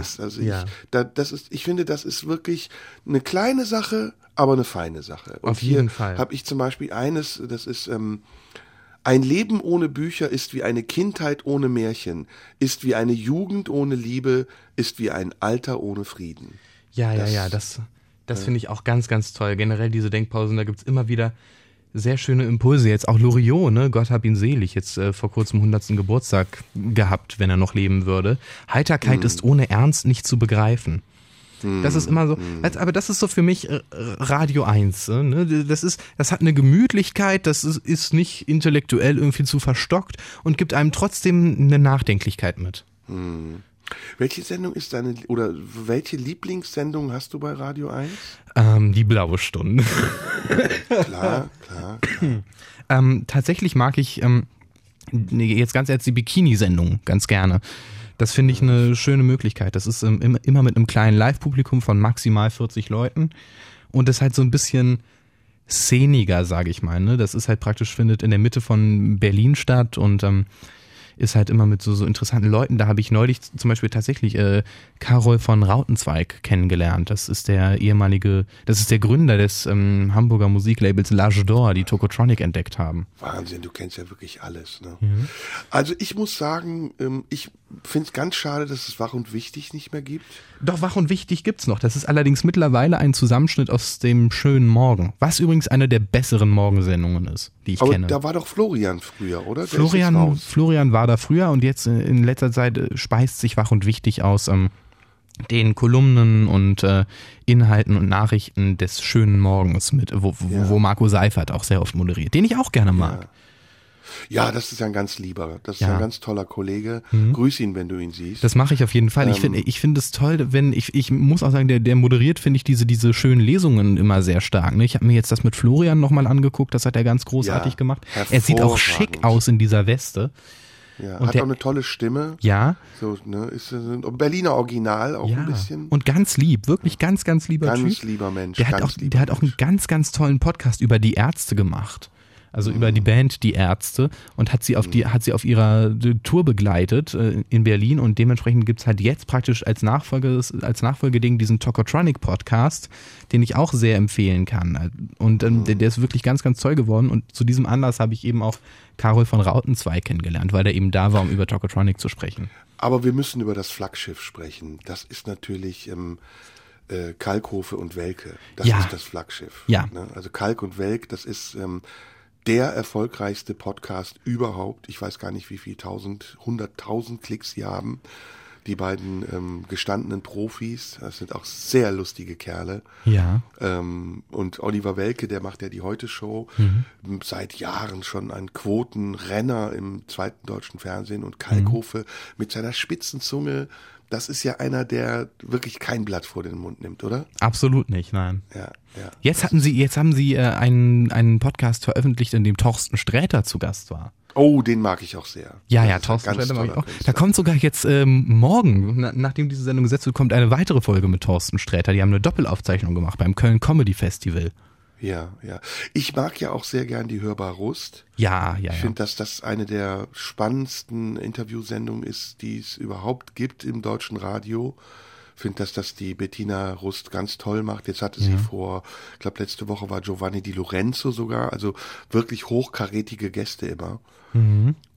Ich finde, das ist wirklich eine kleine Sache, aber eine feine Sache. Und auf jeden Fall. Habe ich zum Beispiel eines, das ist, ein Leben ohne Bücher ist wie eine Kindheit ohne Märchen, ist wie eine Jugend ohne Liebe, ist wie ein Alter ohne Frieden. Das finde ich auch ganz, ganz toll. Generell diese Denkpausen, da gibt's immer wieder sehr schöne Impulse. Jetzt auch Loriot, ne? Gott hab ihn selig, jetzt vor kurzem 100. Geburtstag gehabt, wenn er noch leben würde. Heiterkeit ist ohne Ernst nicht zu begreifen. Das ist immer so, aber das ist so für mich Radio 1. Ne? Das hat eine Gemütlichkeit, das ist nicht intellektuell irgendwie zu verstockt und gibt einem trotzdem eine Nachdenklichkeit mit. Welche Sendung ist welche Lieblingssendung hast du bei Radio 1? Die blaue Stunde. Klar. Tatsächlich mag ich jetzt ganz ehrlich die Bikini-Sendung ganz gerne. Das finde ich eine schöne Möglichkeit. Das ist immer mit einem kleinen Live-Publikum von maximal 40 Leuten und das halt so ein bisschen szeniger, sage ich mal. Ne? Das ist halt praktisch, findet in der Mitte von Berlin statt und ist halt immer mit so interessanten Leuten. Da habe ich neulich zum Beispiel tatsächlich Karol von Rautenzweig kennengelernt. Das ist der Gründer des Hamburger Musiklabels L'Age d'Or, die Tokotronic entdeckt haben. Wahnsinn, du kennst ja wirklich alles. Ne? Also ich muss sagen, ich finde es ganz schade, dass es Wach und Wichtig nicht mehr gibt. Doch, Wach und Wichtig gibt's noch. Das ist allerdings mittlerweile ein Zusammenschnitt aus dem schönen Morgen, was übrigens eine der besseren Morgensendungen ist, die ich kenne. Aber da war doch Florian früher, oder? Florian war da früher und jetzt in letzter Zeit speist sich Wach und Wichtig aus den Kolumnen und Inhalten und Nachrichten des schönen Morgens mit, wo Marco Seifert auch sehr oft moderiert, den ich auch gerne mag. Ja, das ist ein ganz lieber, das ist ein ganz toller Kollege. Grüß ihn, wenn du ihn siehst. Das mache ich auf jeden Fall. Ich finde es toll, ich muss auch sagen, der moderiert, finde ich, diese schönen Lesungen immer sehr stark. Ne? Ich habe mir jetzt das mit Florian nochmal angeguckt, das hat er ganz großartig gemacht. Er sieht auch schick aus in dieser Weste. Ja, und hat auch eine tolle Stimme. Ja. So, ne, ist ein Berliner Original auch ein bisschen. Und ganz lieb, wirklich ganz, ganz lieber Typ. Ganz lieber Mensch. Der hat auch einen ganz, ganz tollen Podcast über die Ärzte gemacht. Also über die Band Die Ärzte und hat sie auf ihrer Tour begleitet in Berlin und dementsprechend gibt's halt jetzt praktisch als Nachfolgeding diesen Tokotronic Podcast, den ich auch sehr empfehlen kann. Und der ist wirklich ganz, ganz toll geworden und zu diesem Anlass habe ich eben auch Karol von Rautenzweig kennengelernt, weil der eben da war, um über Tokotronic zu sprechen. Aber wir müssen über das Flaggschiff sprechen. Das ist natürlich Kalkofe und Welke. Das ist das Flaggschiff. Ja. Ne? Also Kalk und Welk, das ist der erfolgreichste Podcast überhaupt. Ich weiß gar nicht, wie viel 100.000 Klicks sie haben. Die beiden gestandenen Profis, das sind auch sehr lustige Kerle. Ja. Und Oliver Welke, der macht ja die Heute-Show, seit Jahren schon ein Quotenrenner im zweiten deutschen Fernsehen und Kalkofe mit seiner spitzen Zunge. Das ist ja einer, der wirklich kein Blatt vor den Mund nimmt, oder? Absolut nicht, nein. Ja. Jetzt haben Sie einen Podcast veröffentlicht, in dem Thorsten Sträter zu Gast war. Oh, den mag ich auch sehr. Ja, Thorsten Sträter mag ich auch. Da kommt sogar jetzt morgen, nachdem diese Sendung gesetzt wird, kommt eine weitere Folge mit Thorsten Sträter. Die haben eine Doppelaufzeichnung gemacht beim Köln Comedy Festival. Ja. Ich mag ja auch sehr gern die Hörbar Rust. Ja. Ich finde, dass das eine der spannendsten Interviewsendungen ist, die es überhaupt gibt im deutschen Radio. Ich finde, dass das die Bettina Rust ganz toll macht. Jetzt hatte sie ich glaube letzte Woche war Giovanni Di Lorenzo sogar, also wirklich hochkarätige Gäste immer.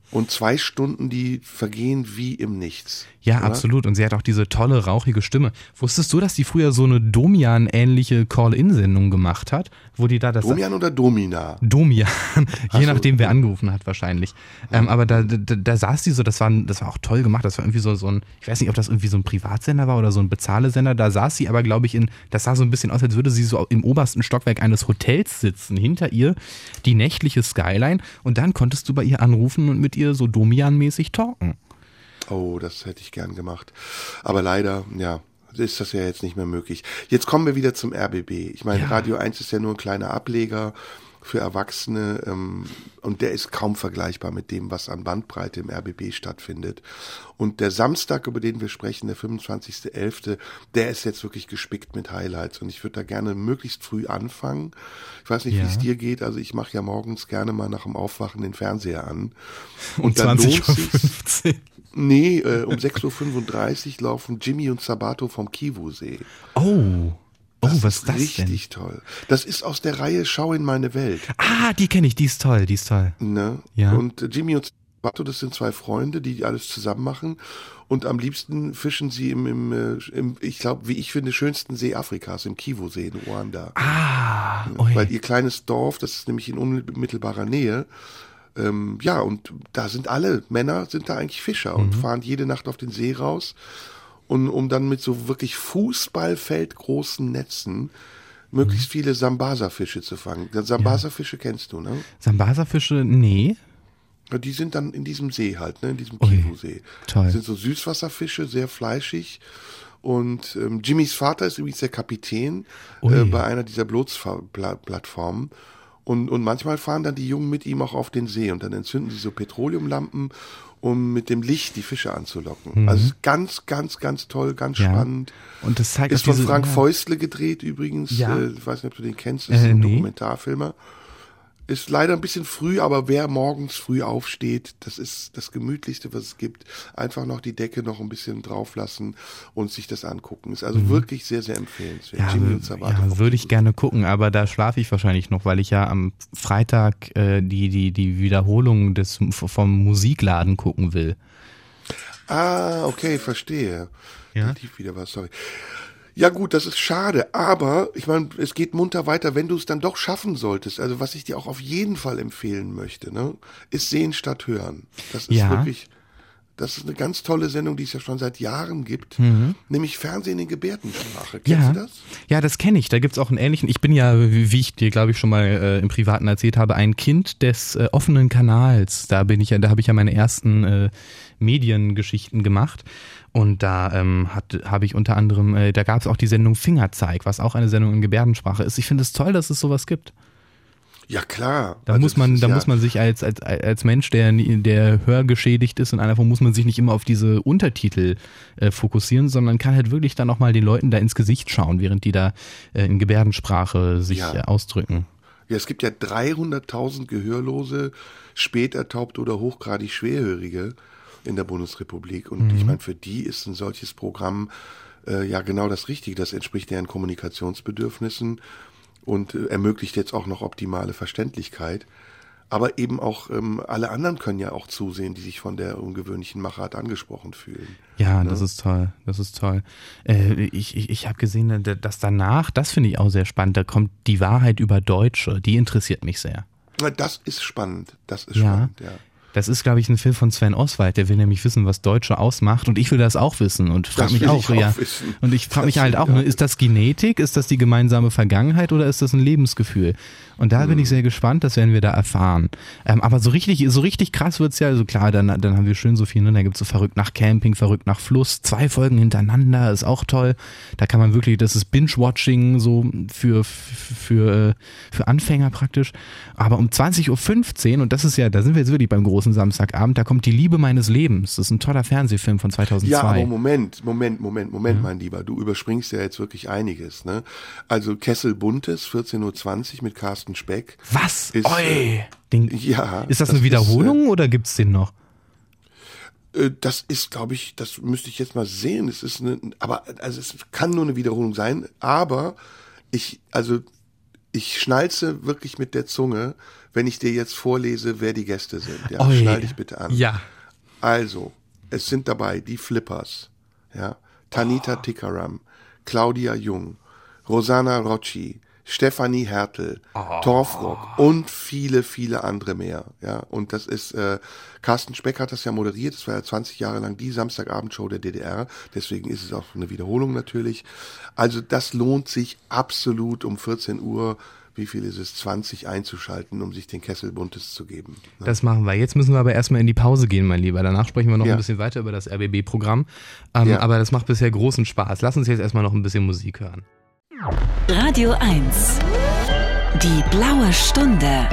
Und 2 Stunden, die vergehen wie im Nichts. Ja, oder? absolut. Und sie hat auch diese tolle, rauchige Stimme. Wusstest du, dass die früher so eine Domian-ähnliche Call-In-Sendung gemacht hat? Wo die da das Domian oder Domina? Domian, je nachdem, wer angerufen hat wahrscheinlich. Aber da saß die so, das war auch toll gemacht. Das war irgendwie so ein, ich weiß nicht, ob das irgendwie so ein Privatsender war oder so ein Bezahlesender. Da saß sie aber, glaube ich, das sah so ein bisschen aus, als würde sie so im obersten Stockwerk eines Hotels sitzen. Hinter ihr die nächtliche Skyline. Und dann konntest du bei ihr anrufen und mit ihr so Domian-mäßig talken. Oh, das hätte ich gern gemacht. Aber leider, ja, ist das ja jetzt nicht mehr möglich. Jetzt kommen wir wieder zum RBB. Ich meine, Radio 1 ist ja nur ein kleiner Ableger für Erwachsene und der ist kaum vergleichbar mit dem, was an Bandbreite im RBB stattfindet. Und der Samstag, über den wir sprechen, der 25.11., der ist jetzt wirklich gespickt mit Highlights und ich würde da gerne möglichst früh anfangen. Ich weiß nicht, wie es dir geht, also ich mache ja morgens gerne mal nach dem Aufwachen den Fernseher an. Und dann 20:15 Uhr. Nee, um 6.35 Uhr laufen Jimmy und Sabato vom Kivu-See. Oh, was ist das richtig denn? toll. Das ist aus der Reihe Schau in meine Welt. Ah, die kenne ich, die ist toll. Ne? Ja. Und Jimmy und Sabato, das sind 2 Freunde, die alles zusammen machen. Und am liebsten fischen sie im ich glaube, wie ich finde, schönsten See Afrikas, im Kivu-See in Ruanda. Ah, Weil ihr kleines Dorf, das ist nämlich in unmittelbarer Nähe, ja, und da sind alle Männer, sind da eigentlich Fischer und fahren jede Nacht auf den See raus, und um dann mit so wirklich fußballfeldgroßen Netzen möglichst viele Sambasa-Fische zu fangen. Sambasa-Fische kennst du, ne? Sambasa-Fische, nee. Ja, die sind dann in diesem See halt, ne, in diesem Kivu-See. Toll. Das sind so Süßwasserfische, sehr fleischig. Und Jimmys Vater ist übrigens der Kapitän bei einer dieser Bootsplattformen. Und manchmal fahren dann die Jungen mit ihm auch auf den See und dann entzünden sie so Petroleumlampen, um mit dem Licht die Fische anzulocken. Also ganz, ganz, ganz toll, ganz spannend. Und das zeigt ist von Frank Fäustle gedreht übrigens. Ich weiß nicht, ob du den kennst. Das ist ein Dokumentarfilmer. Ist leider ein bisschen früh, aber wer morgens früh aufsteht, das ist das Gemütlichste, was es gibt. Einfach noch die Decke noch ein bisschen drauf lassen und sich das angucken. Ist also wirklich sehr, sehr empfehlenswert. Ja, würde ich gerne gucken, aber da schlafe ich wahrscheinlich noch, weil ich ja am Freitag die Wiederholung vom Musikladen gucken will. Ah, okay, verstehe. Ja? Da lief wieder was, sorry. Ja gut, das ist schade, aber ich meine, es geht munter weiter, wenn du es dann doch schaffen solltest. Also was ich dir auch auf jeden Fall empfehlen möchte, ne, ist Sehen statt Hören. Das ist wirklich, das ist eine ganz tolle Sendung, die es ja schon seit Jahren gibt, nämlich Fernsehen in Gebärdensprache. Kennst du das? Ja, das kenne ich. Da gibt's auch einen ähnlichen. Ich bin ja, wie ich dir, glaube ich, schon mal im Privaten erzählt habe, ein Kind des offenen Kanals. Da habe ich ja meine ersten Mediengeschichten gemacht. Und da habe ich unter anderem, da gab es auch die Sendung Fingerzeig, was auch eine Sendung in Gebärdensprache ist. Ich finde es toll, dass es sowas gibt. Ja, klar. Da muss man sich als Mensch, der hörgeschädigt ist in einer Form, muss man sich nicht immer auf diese Untertitel fokussieren, sondern kann halt wirklich dann nochmal den Leuten da ins Gesicht schauen, während die da in Gebärdensprache sich ausdrücken. Ja, es gibt ja 300.000 Gehörlose, spätertaubte oder hochgradig Schwerhörige in der Bundesrepublik. Und ich meine, für die ist ein solches Programm ja genau das Richtige. Das entspricht deren Kommunikationsbedürfnissen und ermöglicht jetzt auch noch optimale Verständlichkeit. Aber eben auch alle anderen können ja auch zusehen, die sich von der ungewöhnlichen Machart angesprochen fühlen. Ja, ne? Das ist toll. Ich habe gesehen, dass danach, das finde ich auch sehr spannend, da kommt die Wahrheit über Deutsche. Die interessiert mich sehr. Das ist spannend. Ja. Das ist, glaube ich, ein Film von Sven Oswald, der will nämlich wissen, was Deutsche ausmacht, und ich will das auch wissen und frage mich auch, und ich frage mich halt auch, ist das Genetik, ist das die gemeinsame Vergangenheit oder ist das ein Lebensgefühl? Und da bin ich sehr gespannt, das werden wir da erfahren. Aber so richtig krass wird's ja, also klar, dann haben wir schön so viel, ne? Da gibt's so verrückt nach Camping, verrückt nach Fluss, 2 Folgen hintereinander, ist auch toll. Da kann man wirklich, das ist Binge-Watching so für Anfänger praktisch. Aber um 20.15 Uhr, und das ist ja, da sind wir jetzt wirklich beim großen Samstagabend, da kommt Die Liebe meines Lebens. Das ist ein toller Fernsehfilm von 2002. Ja, aber Moment, mein Lieber, du überspringst ja jetzt wirklich einiges, ne? Also Kessel Buntes, 14.20 Uhr mit Carsten Speck. Was? Ist, ist das eine Wiederholung oder gibt's den noch? Das ist, glaube ich, das müsste ich jetzt mal sehen. Es kann nur eine Wiederholung sein, aber Ich schnalze wirklich mit der Zunge, wenn ich dir jetzt vorlese, wer die Gäste sind. Ja, Oi. schnall dich bitte an. Ja. Also, es sind dabei die Flippers, ja, Tanita Tikaram, Claudia Jung, Rosanna Rocci, Stefanie Hertel, Torfrock und viele, viele andere mehr. Ja, und das ist, Carsten Speck hat das ja moderiert, das war ja 20 Jahre lang die Samstagabendshow der DDR, deswegen ist es auch eine Wiederholung natürlich. Also das lohnt sich absolut um 14 Uhr, wie viel ist es, 20 einzuschalten, um sich den Kessel Buntes zu geben. Ne? Das machen wir. Jetzt müssen wir aber erstmal in die Pause gehen, mein Lieber. Danach sprechen wir noch ein bisschen weiter über das RBB-Programm. Aber das macht bisher großen Spaß. Lass uns jetzt erstmal noch ein bisschen Musik hören. Radio 1. Die blaue Stunde.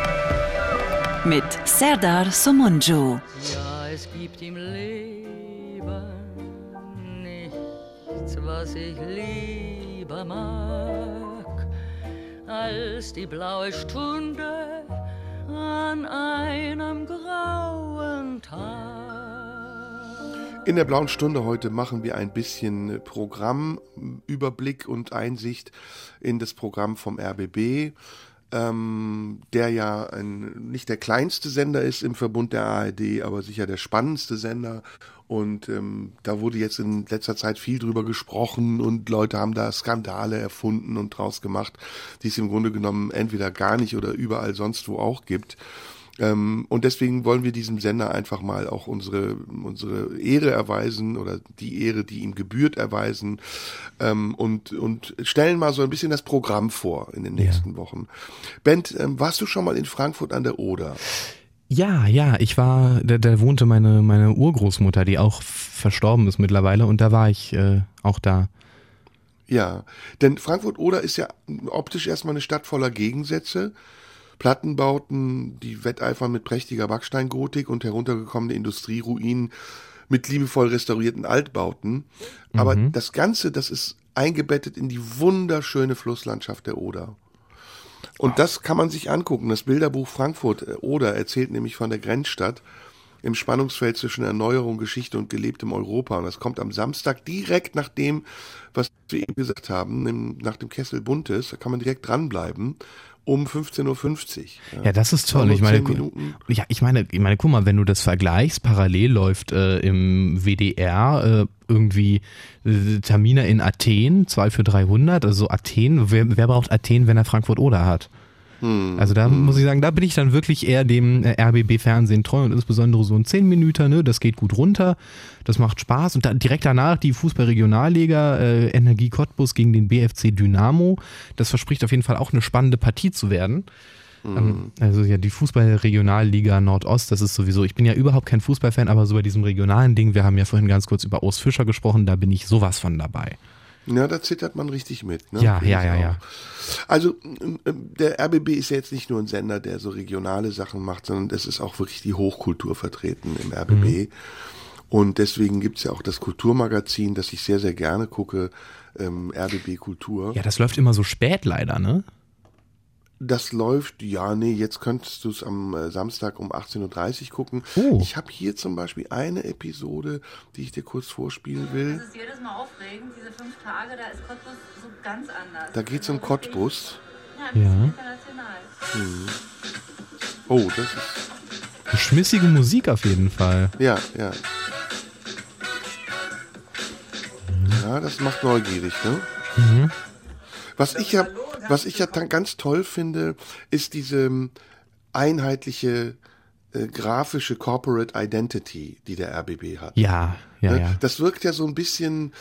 Mit Serdar Somuncu. Ja, es gibt im Leben nichts, was ich lieber mag, als die blaue Stunde an einem grauen Tag. In der blauen Stunde heute machen wir ein bisschen Programmüberblick und Einsicht in das Programm vom RBB, der ja nicht der kleinste Sender ist im Verbund der ARD, aber sicher der spannendste Sender. Und da wurde jetzt in letzter Zeit viel drüber gesprochen und Leute haben da Skandale erfunden und draus gemacht, die es im Grunde genommen entweder gar nicht oder überall sonst wo auch gibt. Und deswegen wollen wir diesem Sender einfach mal auch unsere Ehre erweisen oder die Ehre, die ihm gebührt, erweisen und stellen mal so ein bisschen das Programm vor in den nächsten Wochen. Bent, warst du schon mal in Frankfurt an der Oder? Ja, ich war, da wohnte meine Urgroßmutter, die auch verstorben ist mittlerweile, und da war ich auch da. Ja, denn Frankfurt-Oder ist ja optisch erstmal eine Stadt voller Gegensätze. Plattenbauten, die wetteifern mit prächtiger Backsteingotik und heruntergekommene Industrieruinen mit liebevoll restaurierten Altbauten. Aber das Ganze, das ist eingebettet in die wunderschöne Flusslandschaft der Oder. Und das kann man sich angucken. Das Bilderbuch Frankfurt-Oder erzählt nämlich von der Grenzstadt im Spannungsfeld zwischen Erneuerung, Geschichte und gelebtem Europa. Und das kommt am Samstag direkt nach dem, was wir eben gesagt haben, nach dem Kessel Buntes. Da kann man direkt dranbleiben. Um 15.50 Uhr. Ja, das ist toll. Ich meine, guck mal, wenn du das vergleichst, parallel läuft im WDR irgendwie Termine in Athen, 2 für 300, also Athen. Wer braucht Athen, wenn er Frankfurt-Oder hat? Also da muss ich sagen, da bin ich dann wirklich eher dem RBB-Fernsehen treu und insbesondere so ein 10 Minuten, ne, das geht gut runter, das macht Spaß und dann direkt danach die Fußball-Regionalliga, Energie Cottbus gegen den BFC Dynamo, das verspricht auf jeden Fall auch eine spannende Partie zu werden. Also ja, die Fußball-Regionalliga Nordost, das ist sowieso, ich bin ja überhaupt kein Fußballfan, aber so bei diesem regionalen Ding, wir haben ja vorhin ganz kurz über Urs Fischer gesprochen, da bin ich sowas von dabei. Ja, da zittert man richtig mit. Ne? Ja. Also der RBB ist ja jetzt nicht nur ein Sender, der so regionale Sachen macht, sondern es ist auch wirklich die Hochkultur vertreten im RBB. Und deswegen gibt's ja auch das Kulturmagazin, das ich sehr, sehr gerne gucke, RBB Kultur. Ja, das läuft immer so spät leider, ne? Das läuft, jetzt könntest du es am Samstag um 18.30 Uhr gucken. Oh. Ich habe hier zum Beispiel eine Episode, die ich dir kurz vorspielen will. Das ist jedes Mal aufregend, diese 5 Tage, da ist Cottbus so ganz anders. Da geht's um Cottbus. Ja, das ist international. Oh, das ist... Schmissige Musik auf jeden Fall. Ja. Ja, das macht neugierig, ne? Was ich ja ganz toll finde, ist diese einheitliche grafische Corporate Identity, die der RBB hat. Ja. Das wirkt ja so ein bisschen,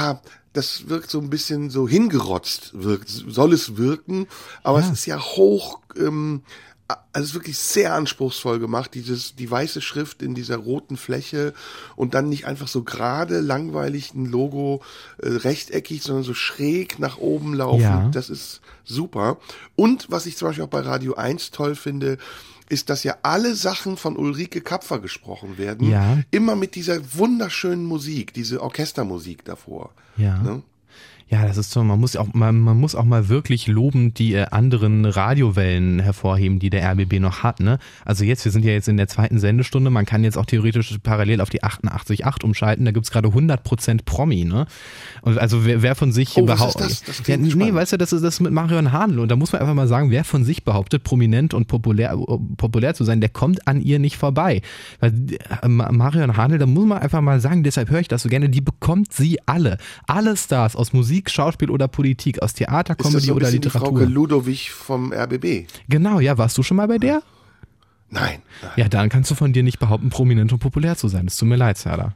so hingerotzt, soll es wirken, aber es ist ja hoch, also es ist wirklich sehr anspruchsvoll gemacht, die weiße Schrift in dieser roten Fläche und dann nicht einfach so gerade langweilig ein Logo rechteckig, sondern so schräg nach oben laufen. Ja. Das ist super. Und was ich zum Beispiel auch bei Radio 1 toll finde, ist, dass ja alle Sachen von Ulrike Kapfer gesprochen werden. Ja. Immer mit dieser wunderschönen Musik, diese Orchestermusik davor. Ja. Ne? Ja, das ist so, man muss auch mal wirklich lobend die anderen Radiowellen hervorheben, die der RBB noch hat, ne? Also wir sind ja jetzt in der 2. Sendestunde, man kann jetzt auch theoretisch parallel auf die 88.8 umschalten, da gibt's gerade 100% Promi, ne? Und also wer von sich behauptet, weißt du, das ist das mit Marion Hahnl, und da muss man einfach mal sagen, wer von sich behauptet, prominent und populär zu sein, der kommt an ihr nicht vorbei. Weil Marion Hahnl, da muss man einfach mal sagen, deshalb höre ich das so gerne, die bekommt sie alle Stars aus Musik, Schauspiel oder Politik, aus Theater, Comedy oder Literatur. Die Frauke Ludowig vom RBB. Genau, ja, warst du schon mal bei der? Nein. Ja, dann kannst du von dir nicht behaupten, prominent und populär zu sein. Es tut mir leid, Serdar.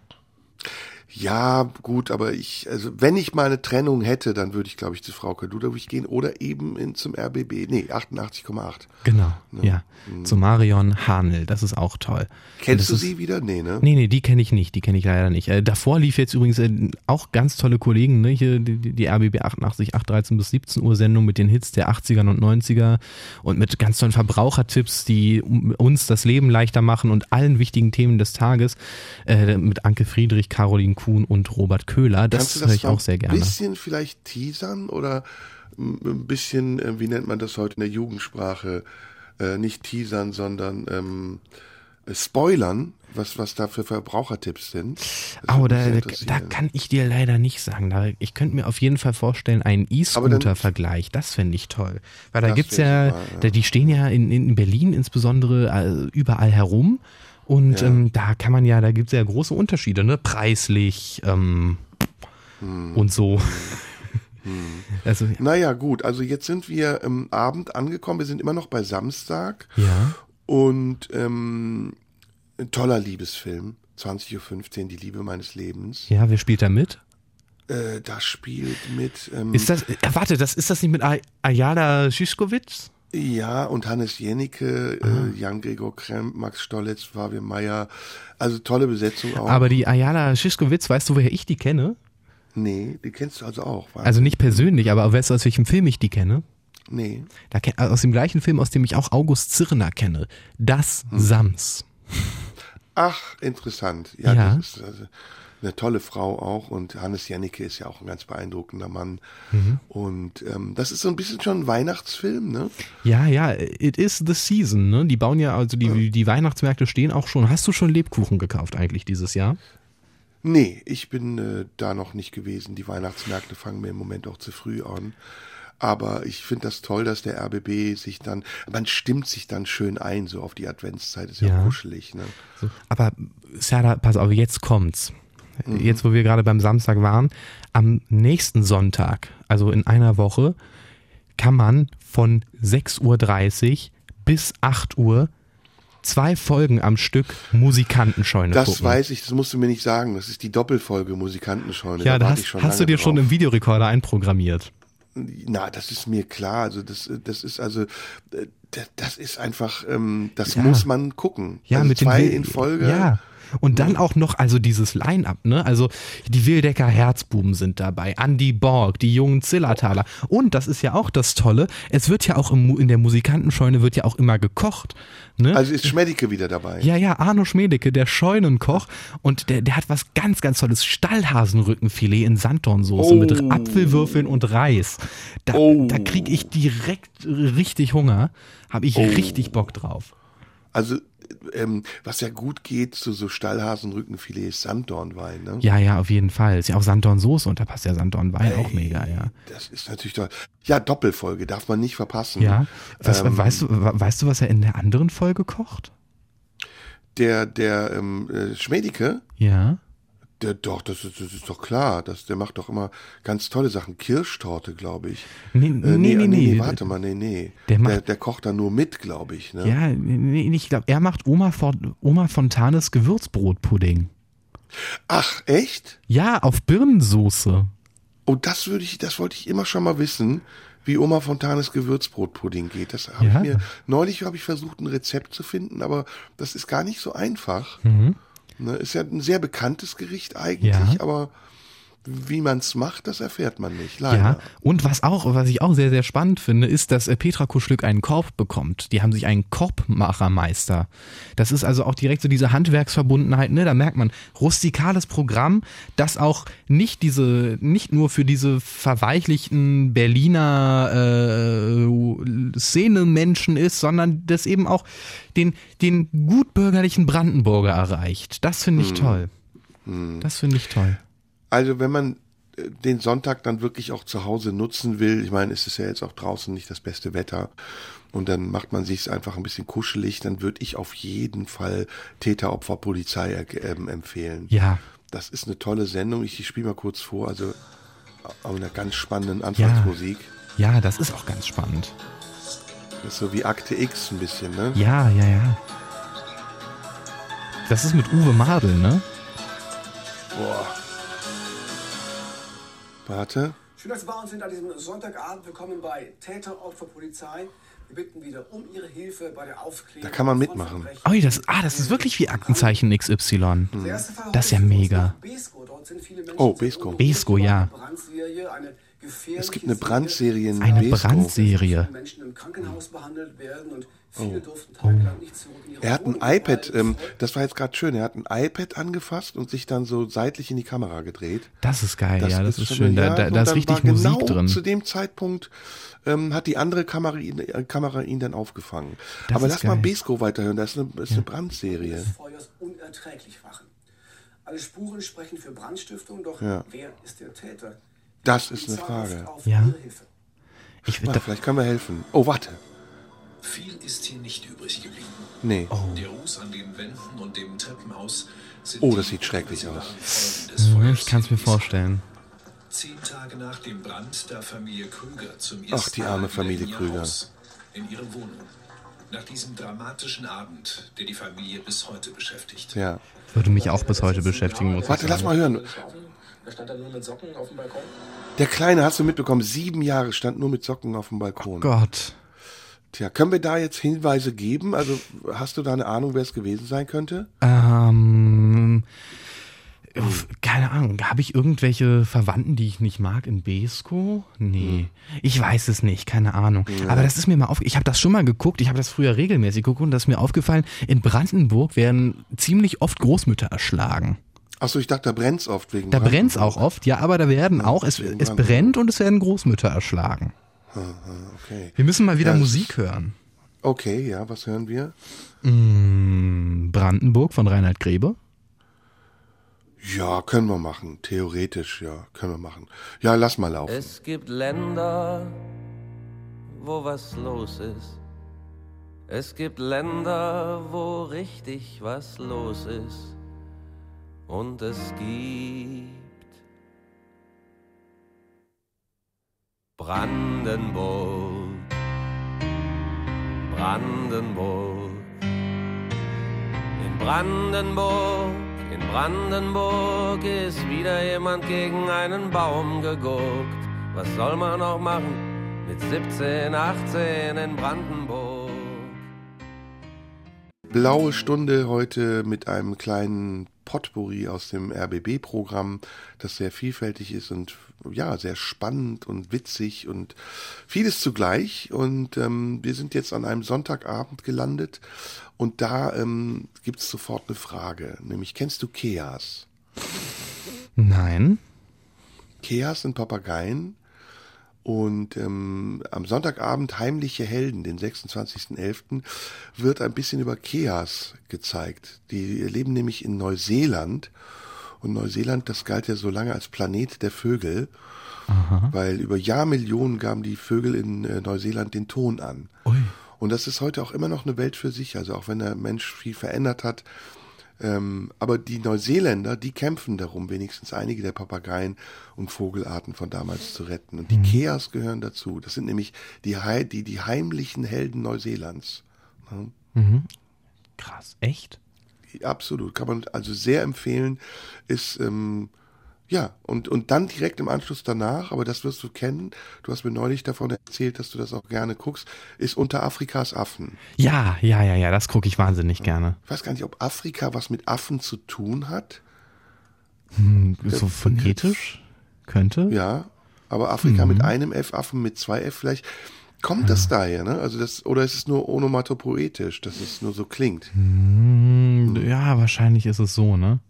Ja, gut, aber wenn ich mal eine Trennung hätte, dann würde ich, glaube ich, zu Frauke Ludowig gehen oder eben zum RBB. Nee, 88,8. Genau, ja. Zu Marion Hahnl, das ist auch toll. Kennst du sie wieder? Nee, ne? Nee, die kenne ich nicht, leider nicht. Davor lief jetzt übrigens auch ganz tolle Kollegen, ne? Hier die RBB 88, 13 bis 17 Uhr Sendung mit den Hits der 80er und 90er und mit ganz tollen Verbrauchertipps, die uns das Leben leichter machen und allen wichtigen Themen des Tages mit Anke Friedrich, Caroline Kuhn und Robert Köhler. Das höre ich auch sehr gerne. Ein bisschen vielleicht teasern oder ein bisschen, wie nennt man das heute in der Jugendsprache, nicht teasern, sondern spoilern, was da für Verbrauchertipps sind. Da kann ich dir leider nicht sagen. Ich könnte mir auf jeden Fall vorstellen, einen E-Scooter-Vergleich, das fände ich toll. Weil da gibt's die stehen ja in Berlin insbesondere überall herum. Und da gibt's ja große Unterschiede, ne? Preislich und so. Also, naja, gut, also jetzt sind wir am Abend angekommen, wir sind immer noch bei Samstag. Ja. Und ein toller Liebesfilm, 20.15 Uhr, Die Liebe meines Lebens. Ja, wer spielt da mit? Da spielt mit... ist das nicht mit Ayala Szyszkowitz? Ja, und Hannes Jennecke, Jan-Gregor Kremp, Max Stollitz, Fabian Meyer, also tolle Besetzung auch. Aber die Ayala Szyszkowitz, weißt du, woher ich die kenne? Nee, die kennst du also auch. Also nicht persönlich, aber weißt du, aus welchem Film ich die kenne? Nee. Aus dem gleichen Film, aus dem ich auch August Zirner kenne. Das Sams. Ach, interessant. Ja. Das ist eine tolle Frau auch und Hannes Jennecke ist ja auch ein ganz beeindruckender Mann. Und das ist so ein bisschen schon ein Weihnachtsfilm, ne? Ja, it is the season, ne? Die bauen ja, also die Weihnachtsmärkte stehen auch schon. Hast du schon Lebkuchen gekauft eigentlich dieses Jahr? Nee, ich bin da noch nicht gewesen. Die Weihnachtsmärkte fangen mir im Moment auch zu früh an. Aber ich finde das toll, dass der RBB man stimmt sich dann schön ein, so auf die Adventszeit, ist ja kuschelig. Ne? So, aber Serdar, pass auf, jetzt kommt's. Jetzt, wo wir gerade beim Samstag waren, am nächsten Sonntag, also in einer Woche, kann man von 6.30 Uhr bis 8 Uhr 2 Folgen am Stück Musikantenscheune gucken. Das weiß ich, das musst du mir nicht sagen. Das ist die Doppelfolge Musikantenscheune. Ja, hast du dir schon im Videorekorder einprogrammiert? Na, das ist mir klar. Also das ist einfach, das muss man gucken. Ja, also mit 2 in Folge. Ja. Und dann auch noch, also dieses Line-Up, ne? Also die Wildecker Herzbuben sind dabei, Andy Borg, die jungen Zillertaler. Und das ist ja auch das Tolle, es wird ja auch in der Musikantenscheune wird ja auch immer gekocht. Ne? Also ist Schmedicke wieder dabei. Ja, Arno Schmedicke, der Scheunenkoch. Und der hat was ganz, ganz Tolles, Stallhasenrückenfilet in Sanddornsoße mit Apfelwürfeln und Reis. Da kriege ich direkt richtig Hunger, habe ich richtig Bock drauf. Also was ja gut geht zu so Stallhasenrückenfilet ist Sanddornwein, ne? Ja, auf jeden Fall. Ist ja auch Sanddornsoße und da passt ja Sanddornwein auch mega, ja. Das ist natürlich toll. Ja, Doppelfolge darf man nicht verpassen. Ja. Weißt du, was er in der anderen Folge kocht? Der Schmedicke? Ja. Das ist doch klar. Der macht doch immer ganz tolle Sachen. Kirschtorte, glaube ich. Nee. Warte mal, nee. Der kocht da nur mit, glaube ich. Ne? Ja, ich glaube, er macht Oma Fontanes Gewürzbrotpudding. Ach, echt? Ja, auf Birnensoße. Oh, das wollte ich immer schon mal wissen, wie Oma Fontanes Gewürzbrotpudding geht. Das habe neulich habe ich versucht, ein Rezept zu finden, aber das ist gar nicht so einfach. Ne, ist ja ein sehr bekanntes Gericht eigentlich, aber Wie man es macht, das erfährt man nicht, leider. Ja, und was ich auch sehr, sehr spannend finde, ist, dass Petra Kuschlück einen Korb bekommt. Die haben sich einen Korbmachermeister. Das ist also auch direkt so diese Handwerksverbundenheit, ne? Da merkt man, rustikales Programm, das auch nicht nur für diese verweichlichten Berliner Szenemenschen ist, sondern das eben auch den gutbürgerlichen Brandenburger erreicht. Das finde ich toll. Das finde ich toll. Also wenn man den Sonntag dann wirklich auch zu Hause nutzen will, ich meine, es ist ja jetzt auch draußen nicht das beste Wetter und dann macht man sich einfach ein bisschen kuschelig, dann würde ich auf jeden Fall Täter, Opfer, Polizei empfehlen. Ja. Das ist eine tolle Sendung, ich spiele mal kurz vor, also auch einer ganz spannenden Anfangsmusik. Ja, das ist auch ganz spannend. Das ist so wie Akte X ein bisschen, ne? Ja. Das ist mit Uwe Madel, ne? Boah. Warte. Schön, dass Sie bei uns sind an diesem Sonntagabend. Willkommen bei Täter, Opfer, Polizei. Wir bitten wieder um Ihre Hilfe bei der Aufklärung. Da kann man mitmachen. Oh, das ist wirklich wie Aktenzeichen XY. Das ist ja mega. Oh, Besko. Besko, ja. Es gibt eine Brandserie in Eine Besko. Brandserie. Menschen im Krankenhaus behandelt werden und Oh. viele durften tagelang nicht zurück in ihre Er hat ein Wohnungen iPad, bleiben. das war jetzt gerade schön, er hat ein iPad angefasst und sich dann so seitlich in die Kamera gedreht. Das ist geil, das ist schon schön. eine- Da und ist dann richtig war Musik genau drin. Zu dem Zeitpunkt hat die andere Kamera ihn dann aufgefangen. Das Aber ist lass mal geil. Besko weiterhören, das ist eine Brandserie. des Feuers unerträglich machen. Alle Spuren sprechen für Brandstiftung, doch Ja. wer ist der Täter? Das ist eine Die Frage. Polizei auf Ja. Ihre Hilfe. Vielleicht können wir helfen. Oh, warte. Viel ist hier nicht übrig geblieben. Nee. Der Ruß an den Wänden und dem Treppenhaus sind Oh, das sieht schrecklich aus. Ich kann es mir vorstellen. 10 Tage nach dem Brand der Familie Krüger zum Ach, ersten die arme Mal Familie in ihr Krüger. Haus, in ihre Wohnung. Nach diesem dramatischen Abend, der die Familie bis heute beschäftigt. Ja. Würde mich auch bis heute beschäftigen, muss Warte, ich lass sagen. mal hören. Er stand da nur mit Socken auf dem Balkon. Der Kleine, hast du mitbekommen, 7 Jahre stand nur mit Socken auf dem Balkon. Gott. Tja, können wir da jetzt Hinweise geben? Also hast du da eine Ahnung, wer es gewesen sein könnte? Keine Ahnung. Habe ich irgendwelche Verwandten, die ich nicht mag in Besko? Nee. Ich weiß es nicht, keine Ahnung. Ja. Aber das ist mir mal ich habe das schon mal geguckt, ich habe das früher regelmäßig geguckt und das ist mir aufgefallen, in Brandenburg werden ziemlich oft Großmütter erschlagen. Achso, ich dachte, da brennt's oft wegen Da Brandenburg. brennt's auch oft, ja, aber da werden auch, es brennt und es werden Großmütter erschlagen. Okay. Wir müssen mal wieder Ja, Musik hören. Okay, ja, was hören wir? Brandenburg von Reinhard Grebe. Ja, können wir machen. Theoretisch, ja, können wir machen. Ja, lass mal laufen. Es gibt Länder, wo was los ist. Es gibt Länder, wo richtig was los ist. Und es gibt Brandenburg, Brandenburg. In Brandenburg ist wieder jemand gegen einen Baum geguckt. Was soll man noch machen mit 17, 18 in Brandenburg? Blaue Stunde heute mit einem kleinen Potpourri aus dem RBB-Programm, das sehr vielfältig ist und ja, sehr spannend und witzig und vieles zugleich. Und wir sind jetzt an einem Sonntagabend gelandet und da gibt es sofort eine Frage, nämlich kennst du Keas? Nein. Keas sind Papageien und am Sonntagabend Heimliche Helden, den 26.11., wird ein bisschen über Keas gezeigt. Die leben nämlich in Neuseeland und Neuseeland, das galt ja so lange als Planet der Vögel, weil über Jahrmillionen gaben die Vögel in Neuseeland den Ton an. Ui. Und das ist heute auch immer noch eine Welt für sich, also auch wenn der Mensch viel verändert hat. Aber die Neuseeländer, die kämpfen darum, wenigstens einige der Papageien und Vogelarten von damals zu retten. Und die Keas gehören dazu. Das sind nämlich die heimlichen Helden Neuseelands. Ja. Mhm. Krass, echt? Absolut, kann man also sehr empfehlen. Ist, ja, und dann direkt im Anschluss danach, aber das wirst du kennen, du hast mir neulich davon erzählt, dass du das auch gerne guckst, ist Unter Afrikas Affen. Ja, das gucke ich wahnsinnig gerne. Ich weiß gar nicht, ob Afrika was mit Affen zu tun hat. So phonetisch? Könnte. Ja, aber Afrika mit einem F, Affen mit 2 F, vielleicht kommt das daher, ne? Also oder ist es nur onomatopoetisch, dass es nur so klingt? Ja, wahrscheinlich ist es so, ne?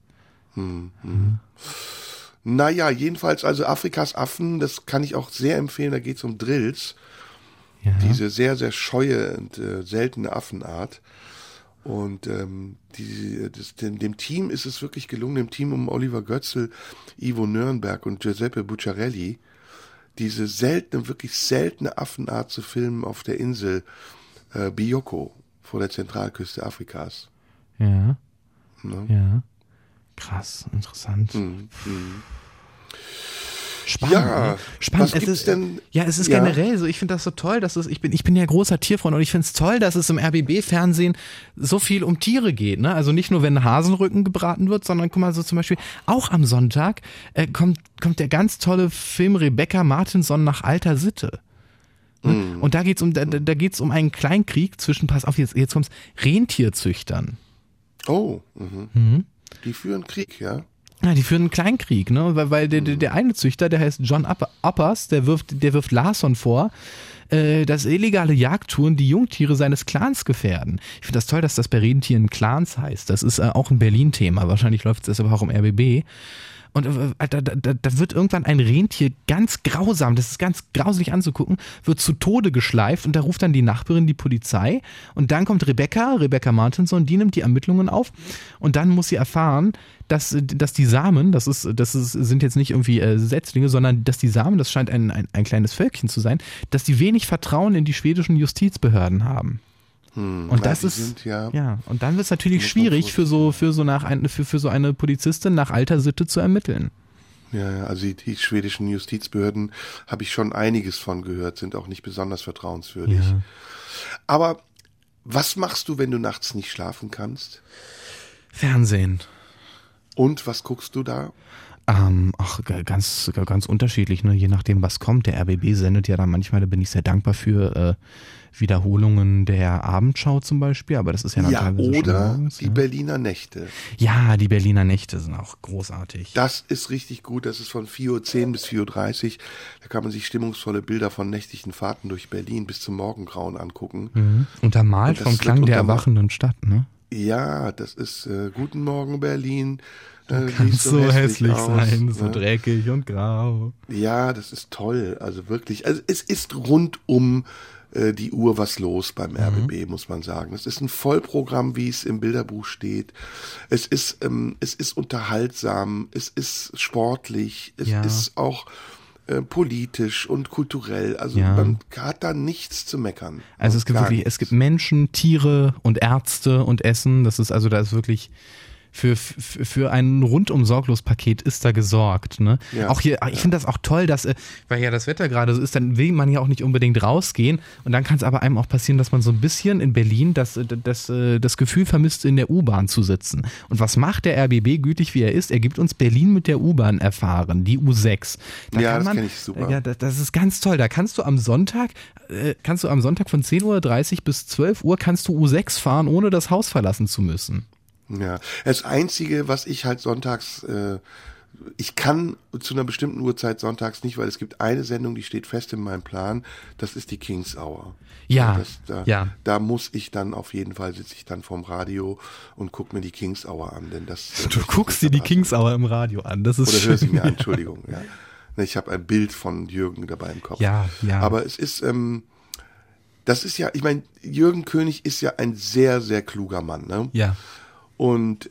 Naja, jedenfalls, also Afrikas Affen, das kann ich auch sehr empfehlen, da geht es um Drills. Ja. Diese sehr, sehr scheue und seltene Affenart. Und dem Team ist es wirklich gelungen, dem Team um Oliver Götzl, Ivo Nürnberg und Giuseppe Bucciarelli, diese wirklich seltene Affenart zu filmen auf der Insel Bioko vor der Zentralküste Afrikas. Ja. Ne? Ja. Krass, interessant. Spannend. Ja, spannend. Was gibt's denn? Ja, es ist generell so. Ich finde das so toll, dass ich bin ja großer Tierfreund und ich finde es toll, dass es im RBB-Fernsehen so viel um Tiere geht. Ne? Also nicht nur, wenn Hasenrücken gebraten wird, sondern guck mal, so zum Beispiel auch am Sonntag kommt der ganz tolle Film Rebecca Martinsson nach alter Sitte. Und da geht's um einen Kleinkrieg zwischen, pass auf, jetzt kommt's, Rentierzüchtern. Oh, Die führen Krieg, ja? Ja, die führen einen Kleinkrieg, ne? Weil der eine Züchter, der heißt John Uppers, der wirft Larson vor, dass illegale Jagdtouren die Jungtiere seines Clans gefährden. Ich finde das toll, dass das bei Rentieren Clans heißt. Das ist auch ein Berlin-Thema. Wahrscheinlich läuft es aber auch im RBB. Und da wird irgendwann ein Rentier ganz grausam, das ist ganz grauselig anzugucken, wird zu Tode geschleift und da ruft dann die Nachbarin die Polizei und dann kommt Rebecca Martinsson, die nimmt die Ermittlungen auf und dann muss sie erfahren, dass die Samen, das sind jetzt nicht irgendwie Setzlinge, sondern dass die Samen, das scheint ein kleines Völkchen zu sein, dass die wenig Vertrauen in die schwedischen Justizbehörden haben. Und das ist und dann wird es natürlich schwierig für so eine Polizistin nach alter Sitte zu ermitteln. Ja, also die schwedischen Justizbehörden habe ich schon einiges von gehört, sind auch nicht besonders vertrauenswürdig. Ja. Aber was machst du, wenn du nachts nicht schlafen kannst? Fernsehen. Und was guckst du da? Ganz unterschiedlich, ne? Je nachdem, was kommt. Der RBB sendet ja dann manchmal, da bin ich sehr dankbar für Wiederholungen der Abendschau zum Beispiel, aber das ist ja dann teilweise oder schon morgens, die Berliner Nächte. Ja, die Berliner Nächte sind auch großartig. Das ist richtig gut, das ist von 4:10 bis 4:30 Uhr. Da kann man sich stimmungsvolle Bilder von nächtlichen Fahrten durch Berlin bis zum Morgengrauen angucken. Untermalt vom Klang der erwachenden Stadt, ne? Ja, das ist Guten Morgen Berlin. Du kannst so hässlich sein, so dreckig und grau. Ja, das ist toll, also wirklich. Also es ist rund um die Uhr was los beim RBB, muss man sagen. Es ist ein Vollprogramm, wie es im Bilderbuch steht. Es ist unterhaltsam, es ist sportlich, es ist auch politisch und kulturell. Also man hat da nichts zu meckern. Also es gibt Menschen, Tiere und Ärzte und Essen. Das ist also, da ist wirklich für ein rundum sorglos Paket ist da gesorgt, ne? Ja, auch hier, ich finde das auch toll, dass, weil ja das Wetter gerade so ist, dann will man ja auch nicht unbedingt rausgehen und dann kann es aber einem auch passieren, dass man so ein bisschen in Berlin das Gefühl vermisst, in der U-Bahn zu sitzen. Und was macht der RBB, gütig wie er ist? Er gibt uns Berlin mit der U-Bahn erfahren, die U6. Das kenne ich super. Ja, das ist ganz toll. Da kannst du am Sonntag von 10:30 Uhr bis 12 Uhr kannst du U6 fahren, ohne das Haus verlassen zu müssen. Ja, das Einzige, was ich halt sonntags, ich kann zu einer bestimmten Uhrzeit sonntags nicht, weil es gibt eine Sendung, die steht fest in meinem Plan, das ist die King's Hour. Ja, Da muss ich dann auf jeden Fall, sitze ich dann vorm Radio und gucke mir die King's Hour an, denn das... Du guckst dir die King's Hour im Radio an, das ist Oder schön. hör sie mir an, Entschuldigung, ja. Ich habe ein Bild von Jürgen dabei im Kopf. Ja. Aber es ist, das ist ja, ich meine, Jürgen König ist ja ein sehr, sehr kluger Mann, ne? Ja. Und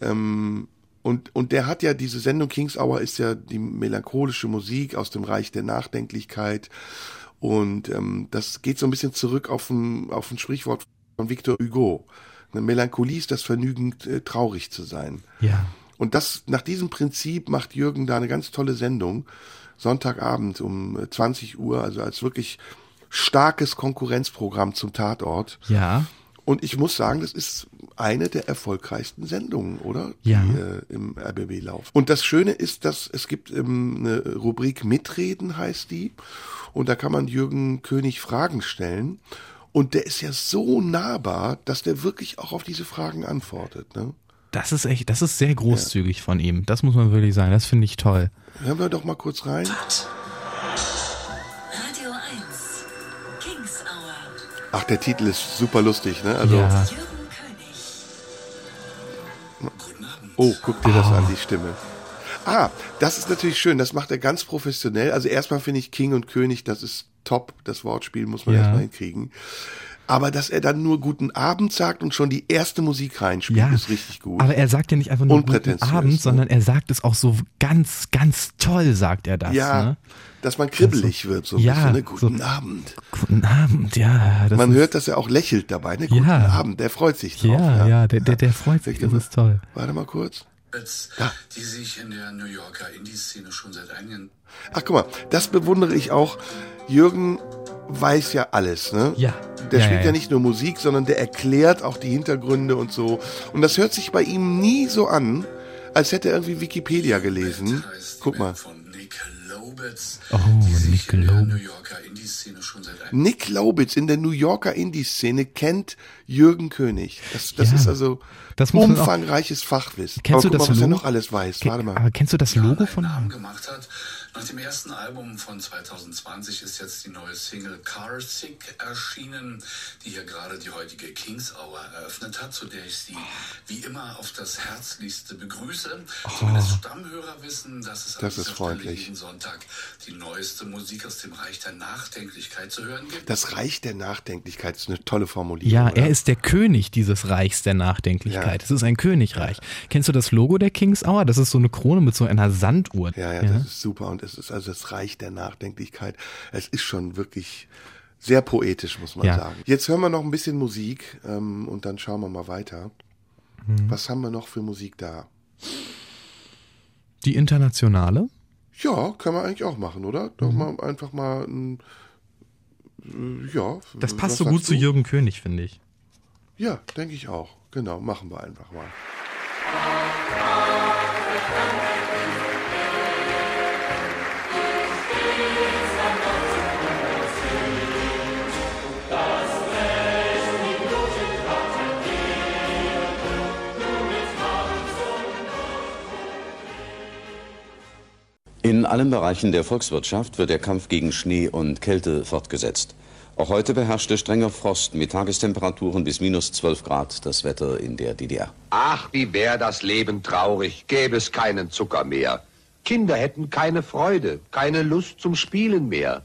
der hat ja diese Sendung, King's Hour ist ja die melancholische Musik aus dem Reich der Nachdenklichkeit und das geht so ein bisschen zurück auf ein Sprichwort von Victor Hugo. Eine Melancholie ist das Vergnügen, traurig zu sein. Ja. Und nach diesem Prinzip macht Jürgen da eine ganz tolle Sendung, Sonntagabend um 20 Uhr, also als wirklich starkes Konkurrenzprogramm zum Tatort. Ja. Und ich muss sagen, das ist eine der erfolgreichsten Sendungen, oder? Ja. Die im RBB laufen. Und das Schöne ist, dass es gibt eine Rubrik Mitreden, heißt die. Und da kann man Jürgen König Fragen stellen. Und der ist ja so nahbar, dass der wirklich auch auf diese Fragen antwortet, ne? Das ist sehr großzügig von ihm. Das muss man wirklich sagen. Das finde ich toll. Hören wir doch mal kurz rein. Radio 1, Kings Hour. Ach, der Titel ist super lustig, ne? Also, ja. Oh, guck dir das an, die Stimme. Das ist natürlich schön, das macht er ganz professionell. Also erstmal finde ich King und König, das ist top, das Wortspiel muss man erstmal hinkriegen. Aber dass er dann nur guten Abend sagt und schon die erste Musik reinspielt, ist richtig gut. Aber er sagt ja nicht einfach nur guten Abend, sondern er sagt es auch so ganz, ganz toll, sagt er das. Ja, ne? Dass man kribbelig wird, so ein bisschen, ne? Guten Abend. Guten Abend, ja. Man hört, dass er auch lächelt dabei, ne? Guten Abend, der freut sich drauf. Der freut sich, das ist toll. Warte mal kurz. Die sich in der New Yorker Indie-Szene schon seit einigen... Ach, guck mal, das bewundere ich auch. Jürgen weiß ja alles, ne? Ja. Der spielt ja nicht nur Musik, sondern der erklärt auch die Hintergründe und so. Und das hört sich bei ihm nie so an, als hätte er irgendwie Wikipedia gelesen. Guck mal. Nick Lobitz. Nick Lobitz in der New Yorker Indie-Szene kennt Jürgen König. Das ist also umfangreiches Fachwissen. Kennst du das mal, Logo? Was er noch alles weiß. Warte mal. Aber kennst du das Logo von ihm? gemacht hat. Nach dem ersten Album von 2020 ist jetzt die neue Single Car Sick erschienen, die hier gerade die heutige Kings Hour eröffnet hat, zu der ich Sie wie immer auf das Herzlichste begrüße. Zumindest Stammhörer wissen, dass es an dieser Stelle jeden Sonntag die neueste Musik aus dem Reich der Nachdenklichkeit zu hören gibt. Das Reich der Nachdenklichkeit ist eine tolle Formulierung. Ja, oder? Er ist der König dieses Reichs der Nachdenklichkeit. Es ist ein Königreich. Kennst du das Logo der Kings Hour? Das ist so eine Krone mit so einer Sanduhr. Ja, das ist super. Und es ist also das Reich der Nachdenklichkeit. Es ist schon wirklich sehr poetisch, muss man sagen. Jetzt hören wir noch ein bisschen Musik und dann schauen wir mal weiter. Was haben wir noch für Musik da? Die internationale? Ja, können wir eigentlich auch machen, oder? Doch mal einfach mal Das passt so gut zu Jürgen König, finde ich. Ja, denke ich auch. Genau, machen wir einfach mal. In allen Bereichen der Volkswirtschaft wird der Kampf gegen Schnee und Kälte fortgesetzt. Auch heute beherrschte strenger Frost mit Tagestemperaturen bis -12 Grad das Wetter in der DDR. Ach, wie wär das Leben traurig, gäbe es keinen Zucker mehr. Kinder hätten keine Freude, keine Lust zum Spielen mehr.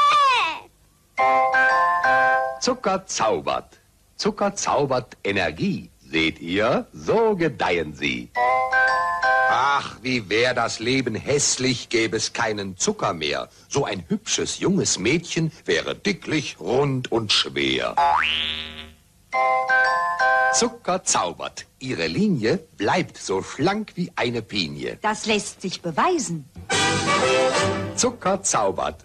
Zucker zaubert. Zucker zaubert Energie. Seht ihr, so gedeihen sie. Ach, wie wär das Leben hässlich, gäbe es keinen Zucker mehr. So ein hübsches, junges Mädchen wäre dicklich, rund und schwer. Zucker zaubert. Ihre Linie bleibt so schlank wie eine Pinie. Das lässt sich beweisen. Zucker zaubert.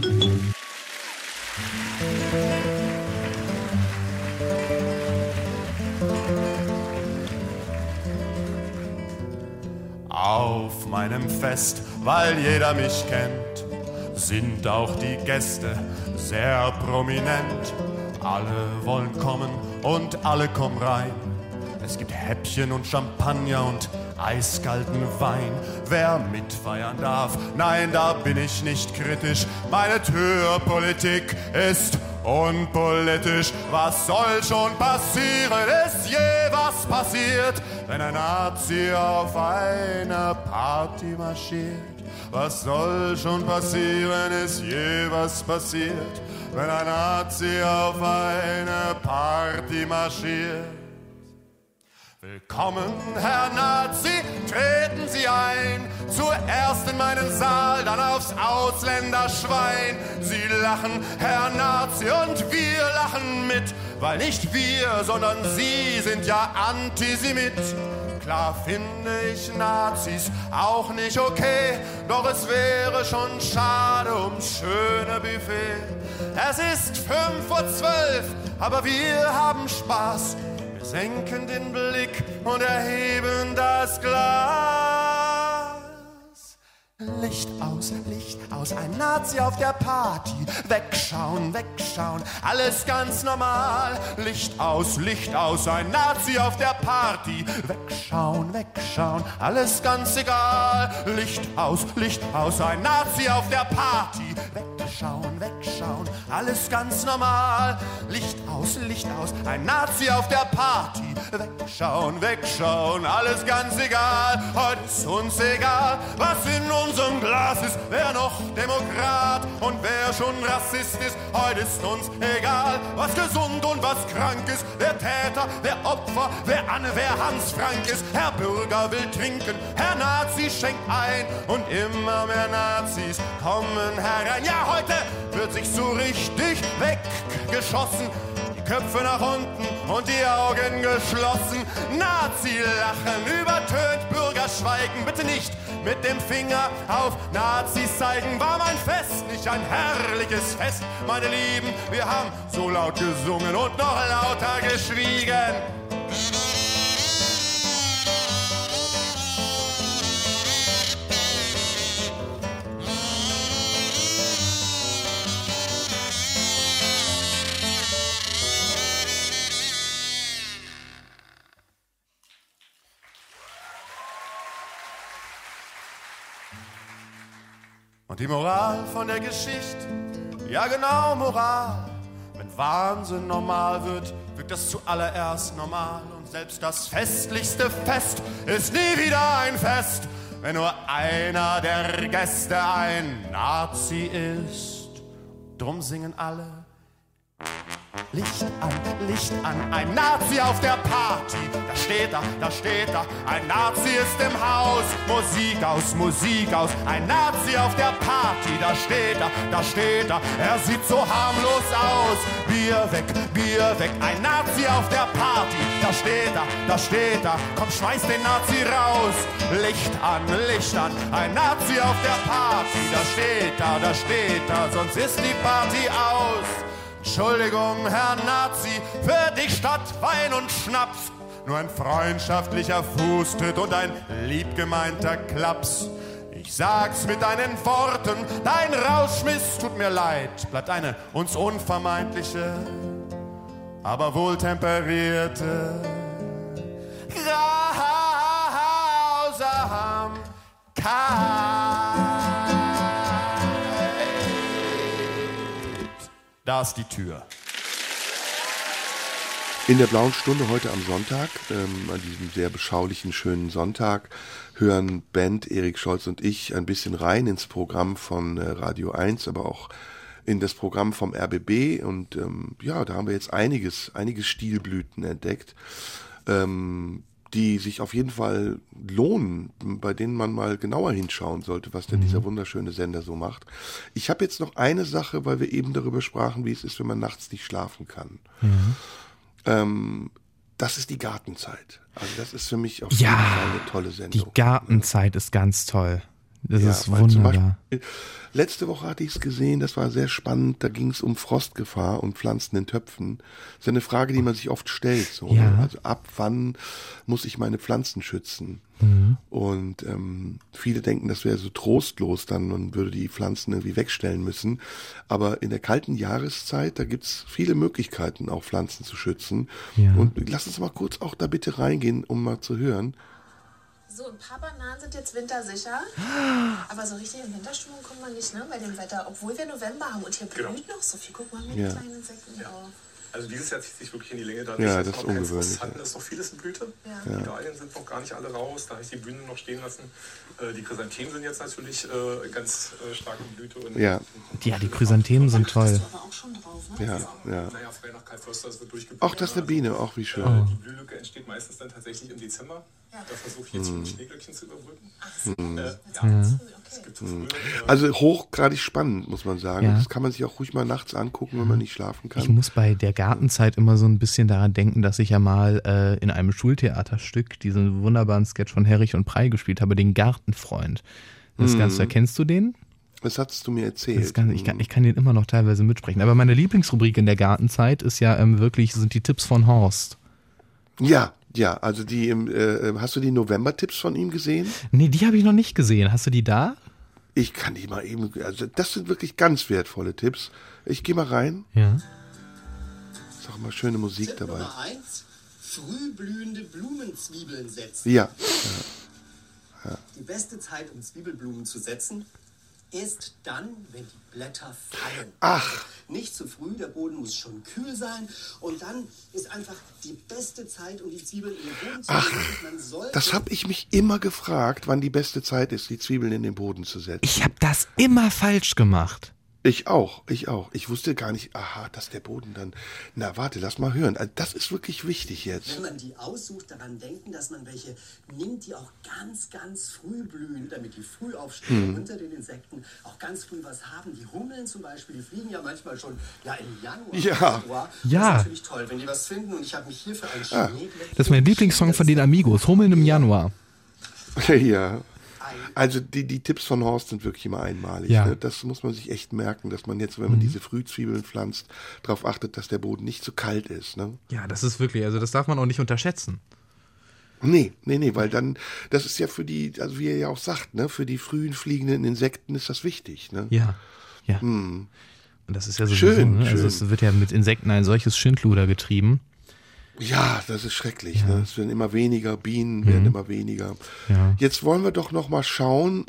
Auf meinem Fest, weil jeder mich kennt, sind auch die Gäste sehr prominent. Alle wollen kommen und alle kommen rein. Es gibt Häppchen und Champagner und eiskalten Wein. Wer mitfeiern darf, nein, da bin ich nicht kritisch. Meine Türpolitik ist unpolitisch. Was soll schon passieren, ist je was passiert, wenn ein Nazi auf eine Party marschiert. Was soll schon passieren, ist je was passiert, wenn ein Nazi auf eine Party marschiert. Willkommen, Herr Nazi, treten Sie ein. Zuerst in meinen Saal, dann aufs Ausländerschwein. Sie lachen, Herr Nazi, und wir lachen mit. Weil nicht wir, sondern Sie sind ja Antisemit. Klar finde ich Nazis auch nicht okay, doch es wäre schon schade ums schöne Buffet. Es ist 11:05, aber wir haben Spaß. Wir senken den Blick und erheben das Glas. Licht aus, ein Nazi auf der Party. Wegschauen, wegschauen, alles ganz normal. Licht aus, ein Nazi auf der Party. Wegschauen, wegschauen, alles ganz egal. Licht aus, ein Nazi auf der Party. Wegschauen, wegschauen, alles ganz normal. Licht aus, ein Nazi auf der Party. Wegschauen, wegschauen, alles ganz egal. Heute ist uns egal, was in unserem Glas ist. Wer noch Demokrat und wer schon Rassist ist. Heute ist uns egal, was gesund und was krank ist. Wer Täter, wer Opfer, wer Anne, wer Hans Frank ist. Herr Bürger will trinken, Herr Nazi schenkt ein. Und immer mehr Nazis kommen herein. Ja, heute wird sich so richtig weggeschossen. Köpfe nach unten und die Augen geschlossen. Nazi-Lachen übertönt Bürgerschweigen. Bitte nicht mit dem Finger auf Nazis zeigen. War mein Fest nicht ein herrliches Fest, meine Lieben? Wir haben so laut gesungen und noch lauter geschwiegen. Und die Moral von der Geschichte, ja genau Moral. Wenn Wahnsinn normal wird, wirkt das zuallererst normal. Und selbst das festlichste Fest ist nie wieder ein Fest, wenn nur einer der Gäste ein Nazi ist. Drum singen alle Licht an, ein Nazi auf der Party. Da steht er, ein Nazi ist im Haus. Musik aus, ein Nazi auf der Party. Da steht er, er sieht so harmlos aus. Bier weg, ein Nazi auf der Party. Da steht er, komm, schmeiß den Nazi raus. Licht an, ein Nazi auf der Party. Da steht er, sonst ist die Party aus. Entschuldigung, Herr Nazi, für dich statt Wein und Schnaps nur ein freundschaftlicher Fußtritt und ein liebgemeinter Klaps. Ich sag's mit deinen Worten, dein Rauschmiss tut mir leid, bleibt eine uns unvermeidliche, aber wohltemperierte Grausamkeit. Da ist die Tür. In der Blauen Stunde heute am Sonntag, an diesem sehr beschaulichen, schönen Sonntag, hören Band Erik Scholz und ich ein bisschen rein ins Programm von Radio 1, aber auch in das Programm vom RBB. Und ja, da haben wir jetzt einige Stilblüten entdeckt, die sich auf jeden Fall lohnen, bei denen man mal genauer hinschauen sollte, was denn dieser wunderschöne Sender so macht. Ich habe jetzt noch eine Sache, weil wir eben darüber sprachen, wie es ist, wenn man nachts nicht schlafen kann. Das ist die Gartenzeit. Also das ist für mich auf jeden Fall eine tolle Sendung. Die Gartenzeit ist ganz toll. Das ist wunderbar. Zum Beispiel, letzte Woche hatte ich es gesehen, das war sehr spannend, da ging es um Frostgefahr und Pflanzen in Töpfen. Das ist eine Frage, die man sich oft stellt. So, ne? Also ab wann muss ich meine Pflanzen schützen? Und viele denken, das wäre so trostlos, dann man würde die Pflanzen irgendwie wegstellen müssen. Aber in der kalten Jahreszeit, da gibt's viele Möglichkeiten, auch Pflanzen zu schützen. Und lass uns mal kurz auch da bitte reingehen, um mal zu hören. So, ein paar Bananen sind jetzt wintersicher, aber so richtig in Winterstimmung kommt man nicht, ne, bei dem Wetter, obwohl wir November haben und hier blüht noch so viel. Guck mal mit kleinen Insekten auf. Also dieses Jahr zieht sich wirklich in die Länge. Da das ist ungewöhnlich. Da ist noch vieles in Blüte. Die Dahlien sind noch gar nicht alle raus. Da habe ich die Bühne noch stehen lassen. Die Chrysanthemen sind jetzt natürlich ganz stark in Blüte. Und die Chrysanthemen sind toll. Ja. Naja, frei nach Karl Förster, es wird durchgeblüht. Auch das ist eine Biene, auch wie schön. Die Blühlücke entsteht meistens dann tatsächlich im Dezember. Da versuche ich jetzt ein Schneeglöckchen zu überbrücken. Also hochgradig spannend, muss man sagen. Das kann man sich auch ruhig mal nachts angucken, wenn man nicht schlafen kann. Ich muss bei der Gartenzeit immer so ein bisschen daran denken, dass ich ja mal in einem Schultheaterstück diesen wunderbaren Sketch von Herrich und Prey gespielt habe, den Gartenfreund. Das Ganze, kennst du den? Das hattest du mir erzählt. Ich kann den immer noch teilweise mitsprechen. Aber meine Lieblingsrubrik in der Gartenzeit ist ja sind die Tipps von Horst. Ja, also hast du die November-Tipps von ihm gesehen? Nee, die habe ich noch nicht gesehen. Hast du die da? Ich kann die mal eben, also das sind wirklich ganz wertvolle Tipps. Ich gehe mal rein. Ja. Ist auch mal schöne Musik Tipp dabei. Nummer 1, frühblühende Blumenzwiebeln setzen. Ja. Die beste Zeit, um Zwiebelblumen zu setzen, ist dann, wenn die Blätter fallen. Ach. Nicht zu früh, der Boden muss schon kühl sein. Und dann ist einfach die beste Zeit, um die Zwiebeln in den Boden zu setzen. Das habe ich mich immer gefragt, wann die beste Zeit ist, die Zwiebeln in den Boden zu setzen. Ich habe das immer falsch gemacht. Ich auch. Ich wusste gar nicht, dass der Boden dann... Na, warte, lass mal hören. Das ist wirklich wichtig jetzt. Wenn man die aussucht, daran denken, dass man welche nimmt, die auch ganz, ganz früh blühen, damit die früh aufstehen, unter den Insekten auch ganz früh was haben. Die Hummeln zum Beispiel, die fliegen ja manchmal schon im Januar. Ja. Februar. Ja. Das ist natürlich toll, wenn die was finden. Und ich habe mich hier für einen Schnee... Das ist mein Lieblingssong von den Amigos, Hummeln im Januar. Ja. Also die Tipps von Horst sind wirklich immer einmalig. Ja. Ne? Das muss man sich echt merken, dass man jetzt, wenn man diese Frühzwiebeln pflanzt, darauf achtet, dass der Boden nicht zu kalt ist. Ne? Ja, das ist wirklich, also das darf man auch nicht unterschätzen. Nee, weil dann, das ist ja für die, also wie er ja auch sagt, ne, für die frühen fliegenden Insekten ist das wichtig. Ne? Ja. Und das ist ja sowieso, schön, ne? Also es wird ja mit Insekten ein solches Schindluder getrieben. Ja, das ist schrecklich. Ja. Ne? Es werden immer weniger, Bienen werden immer weniger. Ja. Jetzt wollen wir doch noch mal schauen,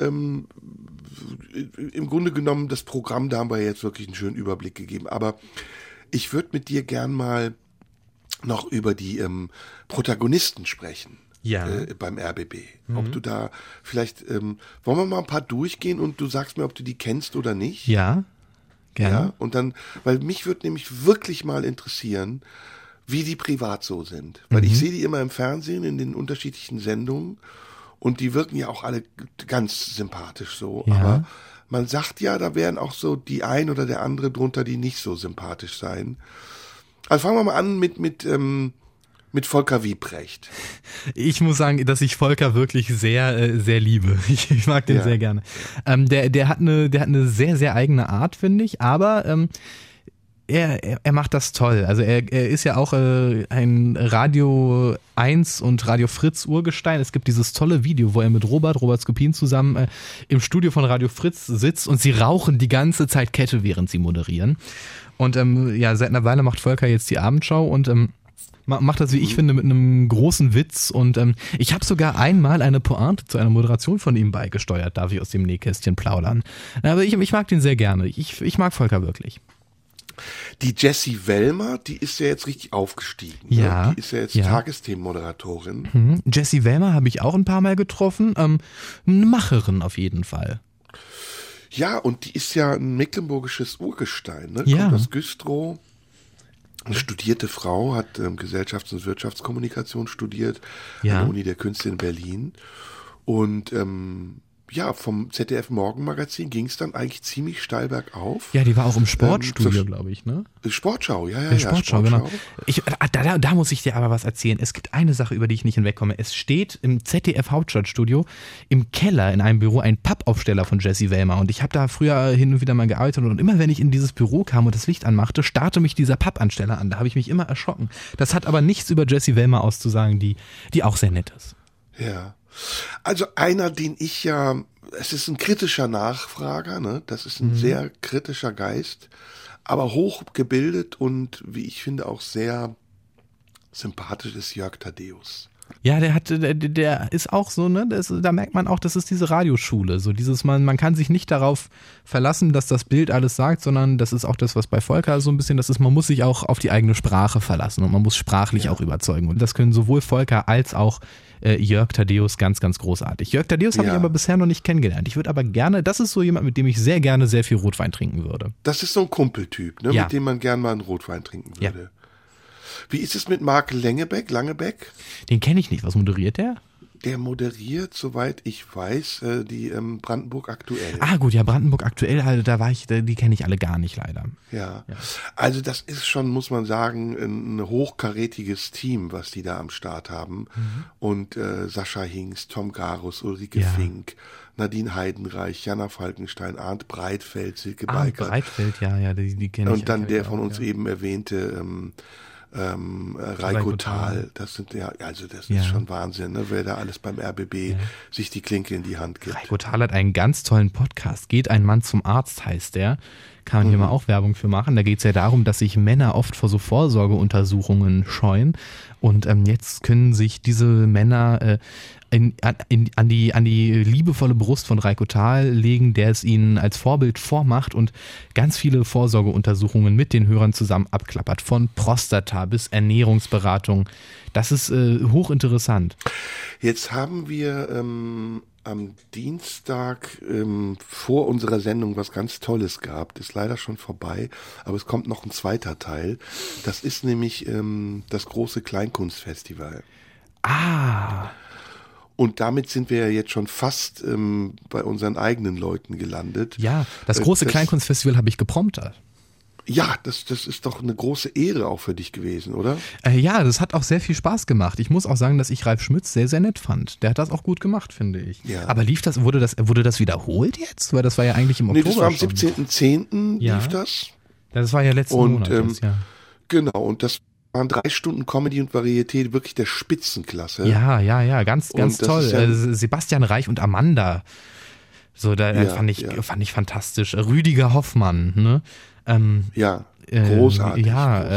im Grunde genommen das Programm, da haben wir jetzt wirklich einen schönen Überblick gegeben, aber ich würde mit dir gern mal noch über die Protagonisten sprechen. Ja. Beim RBB. Ob du da vielleicht, wollen wir mal ein paar durchgehen und du sagst mir, ob du die kennst oder nicht? Ja, gerne. Ja, und dann, weil mich würde nämlich wirklich mal interessieren, wie die privat so sind. Weil ich sehe die immer im Fernsehen, in den unterschiedlichen Sendungen und die wirken ja auch alle ganz sympathisch so. Ja. Aber man sagt ja, da wären auch so die ein oder der andere drunter, die nicht so sympathisch seien. Also fangen wir mal an mit Volker Wiebrecht. Ich muss sagen, dass ich Volker wirklich sehr, sehr liebe. Ich mag den sehr gerne. Der hat eine sehr, sehr eigene Art, finde ich, aber er macht das toll. Also er ist ja auch ein Radio 1 und Radio Fritz Urgestein. Es gibt dieses tolle Video, wo er mit Robert Skopin zusammen im Studio von Radio Fritz sitzt und sie rauchen die ganze Zeit Kette, während sie moderieren. Und seit einer Weile macht Volker jetzt die Abendschau und macht das, wie ich finde, mit einem großen Witz. Und ich habe sogar einmal eine Pointe zu einer Moderation von ihm beigesteuert, darf ich aus dem Nähkästchen plaudern. Aber ich mag den sehr gerne. Ich mag Volker wirklich. Die Jessie Wellmer, die ist ja jetzt richtig aufgestiegen. Ja. Ne? Die ist ja jetzt Tagesthemenmoderatorin. Jessie Wellmer habe ich auch ein paar Mal getroffen. Eine Macherin auf jeden Fall. Ja, und die ist ja ein mecklenburgisches Urgestein. Ne? Ja. Kommt aus Güstrow. Eine studierte Frau, hat Gesellschafts- und Wirtschaftskommunikation studiert an der Uni der Künste in Berlin. Und vom ZDF Morgenmagazin ging es dann eigentlich ziemlich steil bergauf. Ja, die war auch im Sportstudio, glaube ich, ne? Sportschau, Sportschau, genau. Da muss ich dir aber was erzählen. Es gibt eine Sache, über die ich nicht hinwegkomme. Es steht im ZDF Hauptstadtstudio im Keller in einem Büro ein Pappaufsteller von Jessie Wellmer. Und ich habe da früher hin und wieder mal gearbeitet und immer wenn ich in dieses Büro kam und das Licht anmachte, starrte mich dieser Pappansteller an. Da habe ich mich immer erschrocken. Das hat aber nichts über Jessie Wellmer auszusagen, die auch sehr nett ist. Ja. Also einer, den ich es ist ein kritischer Nachfrager, ne? Das ist ein sehr kritischer Geist, aber hochgebildet und, wie ich finde, auch sehr sympathisch ist Jörg Thaddeus. Ja, der ist auch so, ne? Da merkt man auch, das ist diese Radioschule. So dieses man kann sich nicht darauf verlassen, dass das Bild alles sagt, sondern das ist auch das, was bei Volker so ein bisschen das ist, man muss sich auch auf die eigene Sprache verlassen und man muss sprachlich auch überzeugen. Und das können sowohl Volker als auch Jörg Thaddeus ganz, ganz großartig. Jörg Thaddeus habe ich aber bisher noch nicht kennengelernt. Ich würde aber gerne, das ist so jemand, mit dem ich sehr gerne sehr viel Rotwein trinken würde. Das ist so ein Kumpeltyp, ne? Mit dem man gerne mal einen Rotwein trinken würde. Ja. Wie ist es mit Marc Langebeck? Den kenne ich nicht. Was moderiert der? Der moderiert, soweit ich weiß, die Brandenburg aktuell. Ah gut, ja, Brandenburg aktuell, also die kenne ich alle gar nicht leider. Ja, also das ist schon, muss man sagen, ein hochkarätiges Team, was die da am Start haben. Und Sascha Hinks, Tom Garus, Ulrike Fink, Nadine Heidenreich, Jana Falkenstein, Arndt Breitfeld, Silke Beikert. Breitfeld, ja, die kenne ich. Und dann der von uns eben erwähnte Reikotal, das sind ist schon Wahnsinn, ne, wer da alles beim RBB sich die Klinke in die Hand gibt. Reikotal hat einen ganz tollen Podcast. Geht ein Mann zum Arzt, heißt der. Kann man hier mal auch Werbung für machen. Da geht es ja darum, dass sich Männer oft vor so Vorsorgeuntersuchungen scheuen. Und jetzt können sich diese Männer an die liebevolle Brust von Reikotal legen, der es ihnen als Vorbild vormacht und ganz viele Vorsorgeuntersuchungen mit den Hörern zusammen abklappert. Von Prostata bis Ernährungsberatung. Das ist hochinteressant. Jetzt haben wir am Dienstag vor unserer Sendung was ganz Tolles gehabt. Ist leider schon vorbei, aber es kommt noch ein zweiter Teil. Das ist nämlich das große Kleinkunstfestival. Ah. Und damit sind wir ja jetzt schon fast bei unseren eigenen Leuten gelandet. Ja, das große Kleinkunstfestival habe ich gepromptet. Ja, das ist doch eine große Ehre auch für dich gewesen, oder? Ja, das hat auch sehr viel Spaß gemacht. Ich muss auch sagen, dass ich Ralf Schmitz sehr, sehr nett fand. Der hat das auch gut gemacht, finde ich. Ja. Aber wurde das wiederholt jetzt? Weil das war ja eigentlich im Oktober. Nee, das war am 17.10. lief das. Das war ja letzten Monat. Genau, und das waren 3 Stunden Comedy und Varieté, wirklich der Spitzenklasse. Ja, ganz toll. Sebastian Reich und Amanda. So, fand ich fantastisch. Rüdiger Hoffmann, ne? Großartig.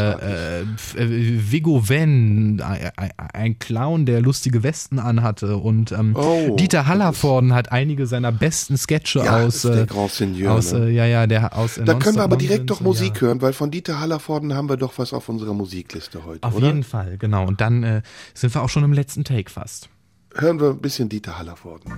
Viggo Venn, ein Clown, der lustige Westen anhatte, und Dieter Hallervorden hat einige seiner besten Sketche aus der Grand Seigneur, Da können wir aber direkt doch Musik hören, weil von Dieter Hallervorden haben wir doch was auf unserer Musikliste heute, Auf jeden Fall, genau. Und dann sind wir auch schon im letzten Take fast. Hören wir ein bisschen Dieter Hallervorden.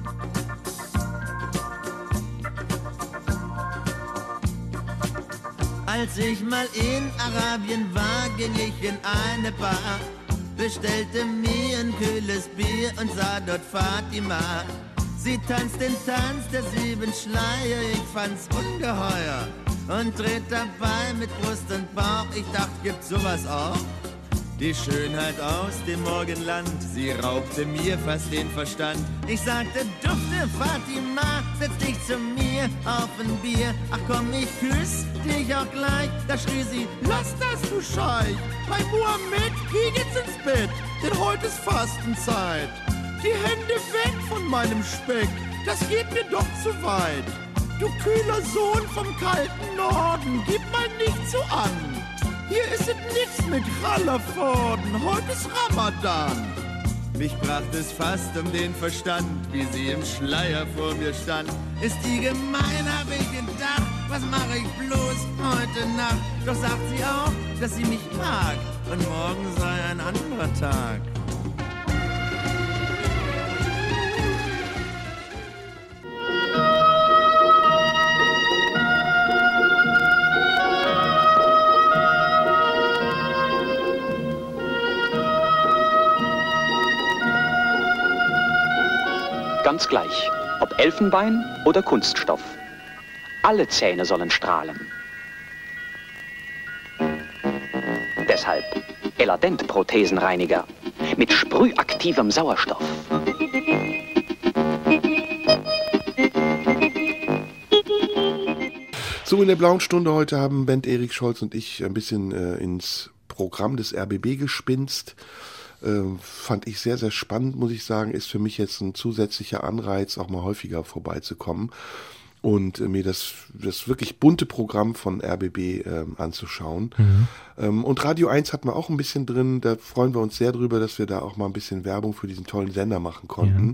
Als ich mal in Arabien war, ging ich in eine Bar, bestellte mir ein kühles Bier und sah dort Fatima. Sie tanzt den Tanz der 7 Schleier, ich fand's ungeheuer und dreht dabei mit Brust und Bauch. Ich dachte, gibt's sowas auch? Die Schönheit aus dem Morgenland, sie raubte mir fast den Verstand. Ich sagte, dufte Fatima, setz dich zu mir auf ein Bier. Ach komm, ich küss dich auch gleich. Da schrie sie, lass das, du Scheich. Bei Mohammed, geh jetzt ins Bett, denn heute ist Fastenzeit. Die Hände weg von meinem Speck, das geht mir doch zu weit. Du kühler Sohn vom kalten Norden, gib mal nicht so an. Hier ist es nichts mit Hallervorden, heute ist Ramadan. Mich brachte es fast um den Verstand, wie sie im Schleier vor mir stand. Ist die gemein, hab ich gedacht, was mache ich bloß heute Nacht? Doch sagt sie auch, dass sie mich mag und morgen sei ein anderer Tag. Ganz gleich, ob Elfenbein oder Kunststoff. Alle Zähne sollen strahlen. Deshalb Eladent-Prothesenreiniger mit sprühaktivem Sauerstoff. So, in der blauen Stunde heute haben Bent Erik Scholz und ich ein bisschen ins Programm des RBB gespinst. Fand ich sehr, sehr spannend, muss ich sagen. Ist für mich jetzt ein zusätzlicher Anreiz, auch mal häufiger vorbeizukommen und mir das wirklich bunte Programm von RBB anzuschauen. Und Radio 1 hatten wir auch ein bisschen drin. Da freuen wir uns sehr drüber, dass wir da auch mal ein bisschen Werbung für diesen tollen Sender machen konnten.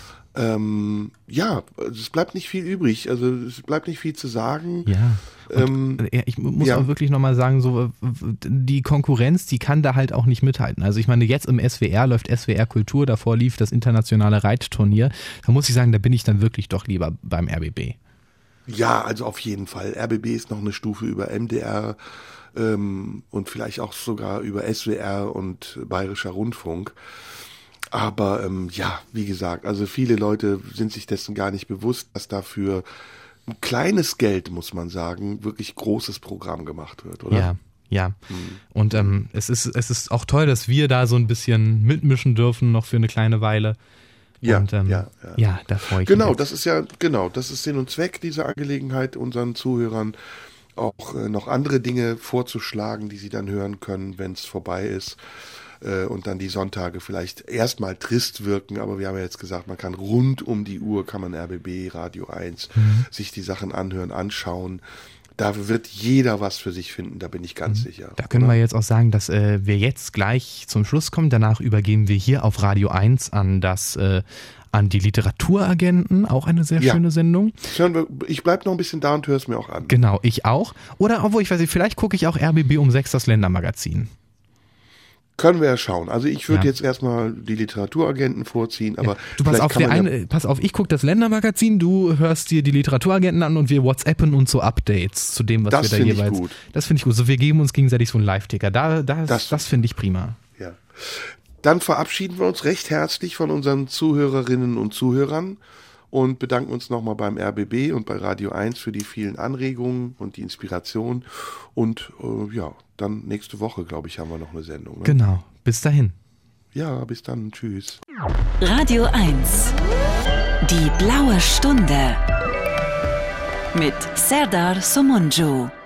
Es bleibt nicht viel übrig, also es bleibt nicht viel zu sagen. Ich muss auch wirklich nochmal sagen, so die Konkurrenz, die kann da halt auch nicht mithalten. Also ich meine, jetzt im SWR läuft SWR Kultur, davor lief das internationale Reitturnier. Da muss ich sagen, da bin ich dann wirklich doch lieber beim RBB. Ja, also auf jeden Fall. RBB ist noch eine Stufe über MDR und vielleicht auch sogar über SWR und Bayerischer Rundfunk. Aber wie gesagt, also viele Leute sind sich dessen gar nicht bewusst, dass dafür ein kleines Geld, muss man sagen, wirklich großes Programm gemacht wird, oder? Ja. Und es ist auch toll, dass wir da so ein bisschen mitmischen dürfen, noch für eine kleine Weile. Und, da freue ich mich. Das ist Sinn und Zweck dieser Angelegenheit, unseren Zuhörern auch noch andere Dinge vorzuschlagen, die Sie dann hören können, wenn es vorbei ist. Und dann die Sonntage vielleicht erstmal trist wirken, aber wir haben ja jetzt gesagt, man kann rund um die Uhr, kann man RBB, Radio 1, sich die Sachen anhören, anschauen. Da wird jeder was für sich finden, da bin ich ganz sicher. Da können wir jetzt auch sagen, dass wir jetzt gleich zum Schluss kommen. Danach übergeben wir hier auf Radio 1 an die Literaturagenten, auch eine sehr schöne Sendung. Ich bleib noch ein bisschen da und höre es mir auch an. Genau, ich auch. Oder obwohl, ich weiß nicht, vielleicht gucke ich auch RBB um 6 das Ländermagazin. Können wir ja schauen. Also ich würde jetzt erstmal die Literaturagenten vorziehen, aber du pass auf, ich gucke das Ländermagazin, du hörst dir die Literaturagenten an und wir WhatsAppen uns so Updates zu dem, was wir da jeweils. Gut. Das finde ich gut. So, wir geben uns gegenseitig so einen Live-Ticker. Das finde ich prima. Ja. Dann verabschieden wir uns recht herzlich von unseren Zuhörerinnen und Zuhörern und bedanken uns nochmal beim RBB und bei Radio 1 für die vielen Anregungen und die Inspiration. Und dann nächste Woche, glaube ich, haben wir noch eine Sendung. Ne? Genau, bis dahin. Ja, bis dann, tschüss. Radio 1, die blaue Stunde mit Serdar Somuncu.